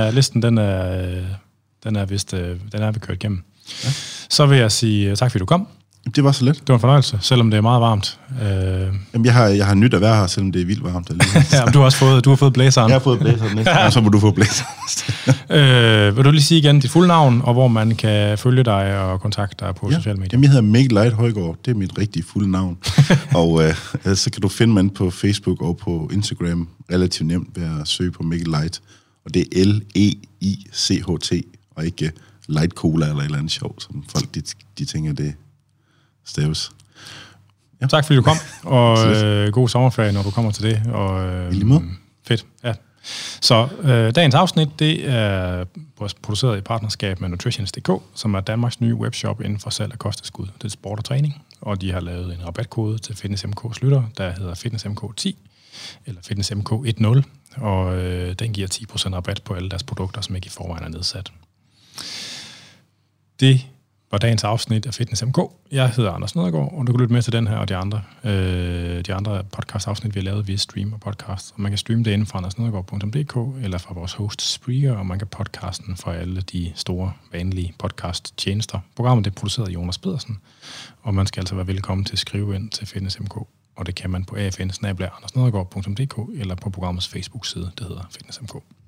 er vist, den er vi kørt igennem. Ja. Så vil jeg sige tak, fordi du kom. Det var så let. Det var en fornøjelse, selvom det er meget varmt. Jamen, jeg har nyt at være her, selvom det er vildt varmt. Ja, du har fået blæseren. Jeg har fået blæseren næste gang, så må du få blæseren. Vil du lige sige igen dit fulde navn, og hvor man kan følge dig og kontakte dig på sociale medier? Jamen, jeg hedder Mikkel Light Højgaard. Det er mit rigtige fulde navn. Og så kan du finde mig på Facebook og på Instagram relativt nemt ved at søge på Mikkel Light. Og det er L-E-I-C-H-T, og ikke Light Cola eller et eller andet sjovt, som folk de tænker, det staves. Ja. Tak fordi du kom, og god sommerferie, når du kommer til det. Og, fedt, ja. Så dagens afsnit, det er produceret i partnerskab med Nutritions.dk, som er Danmarks nye webshop inden for salg af kosttilskud. Det er sport og træning, og de har lavet en rabatkode til FitnessMK's lytter, der hedder FitnessMK10 eller FitnessMK10, og den giver 10% rabat på alle deres produkter, som ikke i forvejen er nedsat. Det var dagens afsnit af Fitness MK. Jeg hedder Anders Nedergaard, og du kan lytte med til den her og de andre podcast-afsnit, vi har lavet via stream og podcast. Og man kan streame det inden fra andersnedergaard.dk eller fra vores host Spreaker, og man kan podcasten fra alle de store, vanlige podcast-tjenester. Programmet er produceret af Jonas Pedersen, og man skal altså være velkommen til at skrive ind til Fitness MK, og det kan man på afn@andersnedergaard.dk eller på programmets Facebook-side, det hedder Fitness MK.